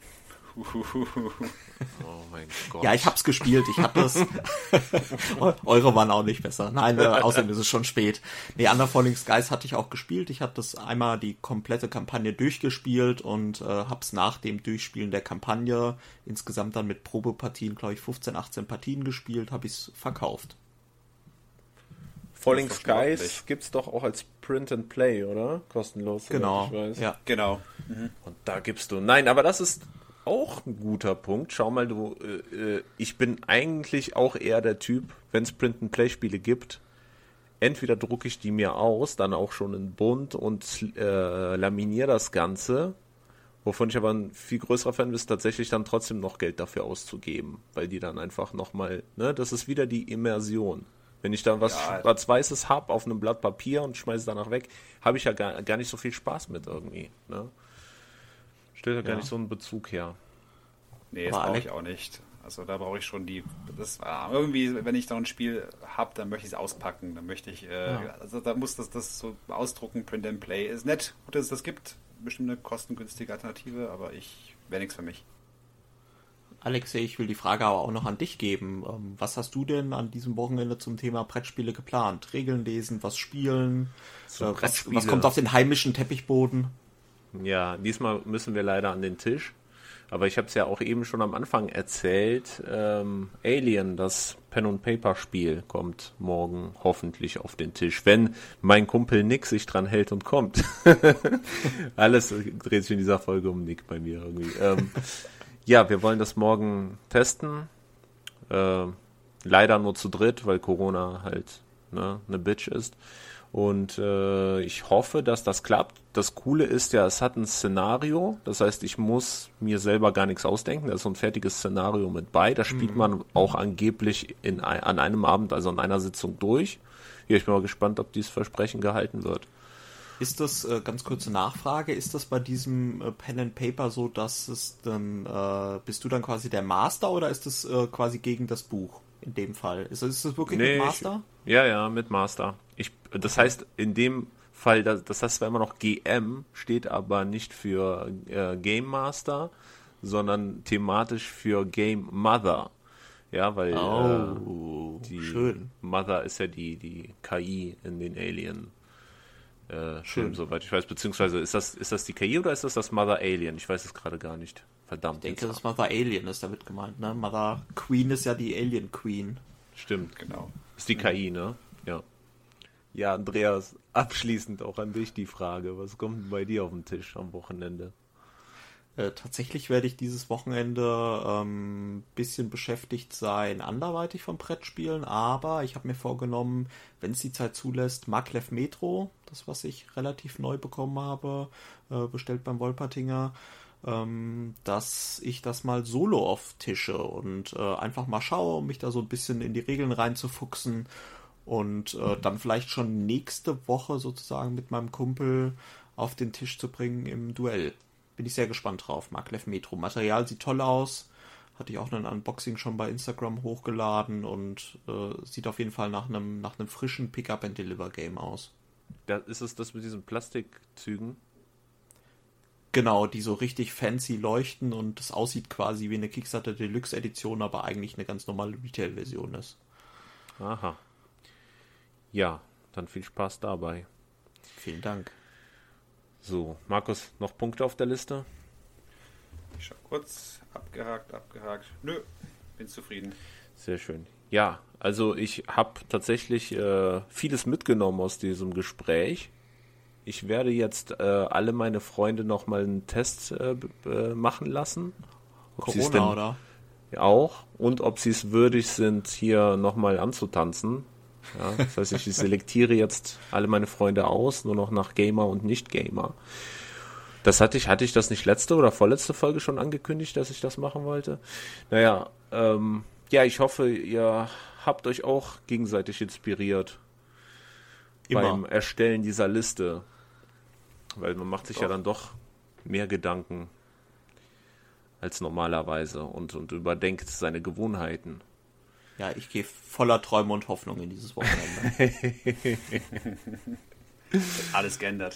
Oh mein Gott. Ja, ich hab's gespielt, ich hab das. Eure waren auch nicht besser. Nein, außerdem ist es schon spät. Nee, Under Falling Skies hatte ich auch gespielt. Ich habe das einmal die komplette Kampagne durchgespielt und hab's nach dem Durchspielen der Kampagne insgesamt dann mit Probepartien, glaube ich, 15, 18 Partien gespielt, habe ich's verkauft. Falling Skies gibt's doch auch als Print and Play, oder? Kostenlos. Genau. Ich weiß. Ja, genau. Und da gibst du. Nein, aber das ist auch ein guter Punkt. Schau mal, ich bin eigentlich auch eher der Typ, wenn es Print and Play Spiele gibt, entweder drucke ich die mir aus, dann auch schon in bunt und laminiere das Ganze. Wovon ich aber ein viel größerer Fan bin, ist tatsächlich dann trotzdem noch Geld dafür auszugeben, weil die dann einfach nochmal, ne, das ist wieder die Immersion. Wenn ich dann was Schwarz-Weißes habe auf einem Blatt Papier und schmeiße es danach weg, habe ich ja gar nicht so viel Spaß mit irgendwie. Ne? Stellt ja gar nicht so einen Bezug her. Nee, das brauche ich auch nicht. Also da brauche ich schon irgendwie, wenn ich da ein Spiel habe, dann möchte ich es auspacken. Dann möchte ich, also da muss das so ausdrucken, Print and Play. Ist nett, gut, dass es das gibt. Bestimmt eine kostengünstige Alternative, aber wäre nichts für mich. Alexei, ich will die Frage aber auch noch an dich geben. Was hast du denn an diesem Wochenende zum Thema Brettspiele geplant? Regeln lesen, was spielen? Was kommt auf den heimischen Teppichboden? Ja, diesmal müssen wir leider an den Tisch. Aber ich habe es ja auch eben schon am Anfang erzählt. Alien, das Pen-and-Paper-Spiel, kommt morgen hoffentlich auf den Tisch. Wenn mein Kumpel Nick sich dran hält und kommt. Alles dreht sich in dieser Folge um Nick bei mir irgendwie. Ja, wir wollen das morgen testen. Leider nur zu dritt, weil Corona halt eine Bitch ist. Und ich hoffe, dass das klappt. Das Coole ist ja, es hat ein Szenario. Das heißt, ich muss mir selber gar nichts ausdenken. Da ist so ein fertiges Szenario mit bei. Das spielt man auch angeblich an einem Abend, also in einer Sitzung durch. Ja, ich bin mal gespannt, ob dieses Versprechen gehalten wird. Ist das, ganz kurze Nachfrage, ist das bei diesem Pen and Paper so, dass es dann, bist du dann quasi der Master oder ist das quasi gegen das Buch in dem Fall? Ist das wirklich mit Master? Ja, mit Master. Das heißt, in dem Fall, das heißt zwar immer noch GM, steht aber nicht für Game Master, sondern thematisch für Game Mother. Ja, weil die schön. Mother ist ja die KI in den Alien. Schön, soweit ich weiß, beziehungsweise ist das die KI oder ist das Mother Alien? Ich weiß es gerade gar nicht. Verdammt. Ich denke, das Mother Alien ist damit gemeint, ne? Mother Queen ist ja die Alien Queen. Stimmt, genau. Ist die KI, ne? Ja. Ja, Andreas, abschließend auch an dich die Frage. Was kommt bei dir auf den Tisch am Wochenende? Tatsächlich werde ich dieses Wochenende bisschen beschäftigt sein, anderweitig vom Brettspielen, aber ich habe mir vorgenommen, wenn es die Zeit zulässt, Maglev Metro, das was ich relativ neu bekommen habe, bestellt beim Wolpertinger, dass ich das mal solo auftische und einfach mal schaue, um mich da so ein bisschen in die Regeln reinzufuchsen und dann vielleicht schon nächste Woche sozusagen mit meinem Kumpel auf den Tisch zu bringen im Duell. Bin ich sehr gespannt drauf. Maglev Metro. Material sieht toll aus. Hatte ich auch ein Unboxing schon bei Instagram hochgeladen und sieht auf jeden Fall nach einem frischen Pick-up-and-Deliver-Game aus. Ist es das mit diesen Plastikzügen? Genau, die so richtig fancy leuchten und das aussieht quasi wie eine Kickstarter Deluxe Edition, aber eigentlich eine ganz normale Retail-Version ist. Aha. Ja, dann viel Spaß dabei. Vielen Dank. So, Markus, noch Punkte auf der Liste? Ich schau kurz. Abgehakt. Nö, bin zufrieden. Sehr schön. Ja, also ich habe tatsächlich vieles mitgenommen aus diesem Gespräch. Ich werde jetzt alle meine Freunde nochmal einen Test machen lassen. Ob Corona, oder? Auch. Und ob sie es würdig sind, hier nochmal anzutanzen. Ja, das heißt, ich selektiere jetzt alle meine Freunde aus, nur noch nach Gamer und Nicht-Gamer. Hatte ich das nicht letzte oder vorletzte Folge schon angekündigt, dass ich das machen wollte? Naja, ich hoffe, ihr habt euch auch gegenseitig inspiriert beim Erstellen dieser Liste. Weil man macht sich ja dann doch mehr Gedanken als normalerweise und überdenkt seine Gewohnheiten. Ja, ich gehe voller Träume und Hoffnung in dieses Wochenende. Alles geändert.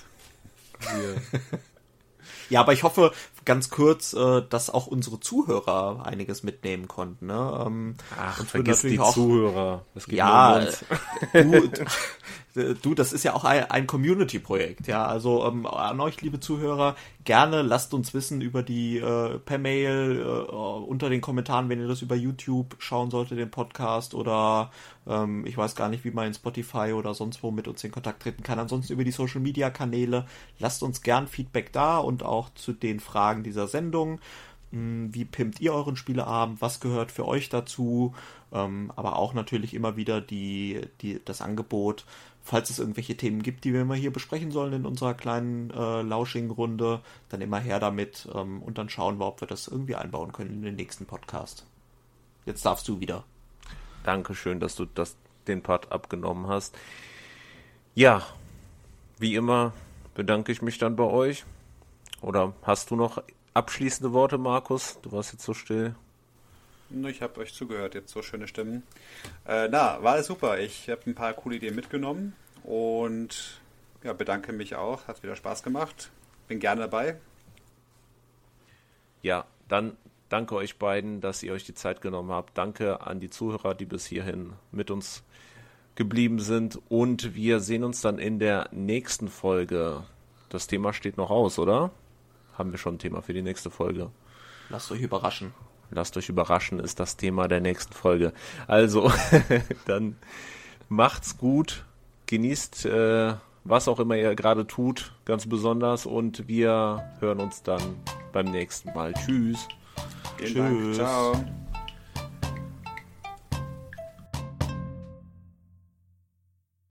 Ja, aber ich hoffe, ganz kurz, dass auch unsere Zuhörer einiges mitnehmen konnten. Ne? Vergiss die Zuhörer. Es geht nur um uns. Du, das ist ja auch ein Community-Projekt. Ja, also an euch, liebe Zuhörer, gerne lasst uns wissen über die per Mail unter den Kommentaren, wenn ihr das über YouTube schauen solltet, den Podcast, oder ich weiß gar nicht, wie man in Spotify oder sonst wo mit uns in Kontakt treten kann. Ansonsten über die Social-Media-Kanäle. Lasst uns gern Feedback da und auch zu den Fragen dieser Sendung. Wie pimpt ihr euren Spieleabend? Was gehört für euch dazu? Aber auch natürlich immer wieder das Angebot, falls es irgendwelche Themen gibt, die wir mal hier besprechen sollen in unserer kleinen lauschigen Runde, dann immer her damit und dann schauen wir, ob wir das irgendwie einbauen können in den nächsten Podcast. Jetzt darfst du wieder. Dankeschön, dass du den Part abgenommen hast. Ja, wie immer bedanke ich mich dann bei euch. Oder hast du noch abschließende Worte, Markus? Du warst jetzt so still. Ich habe euch zugehört, jetzt so schöne Stimmen. War alles super. Ich habe ein paar coole Ideen mitgenommen und ja, bedanke mich auch. Hat wieder Spaß gemacht. Bin gerne dabei. Ja, dann danke euch beiden, dass ihr euch die Zeit genommen habt. Danke an die Zuhörer, die bis hierhin mit uns geblieben sind. Und wir sehen uns dann in der nächsten Folge. Das Thema steht noch aus, oder? Haben wir schon ein Thema für die nächste Folge? Lasst euch überraschen. Lasst euch überraschen, ist das Thema der nächsten Folge. Also, dann macht's gut. Genießt, was auch immer ihr gerade tut, ganz besonders. Und wir hören uns dann beim nächsten Mal. Tschüss. Vielen Dank. Ciao.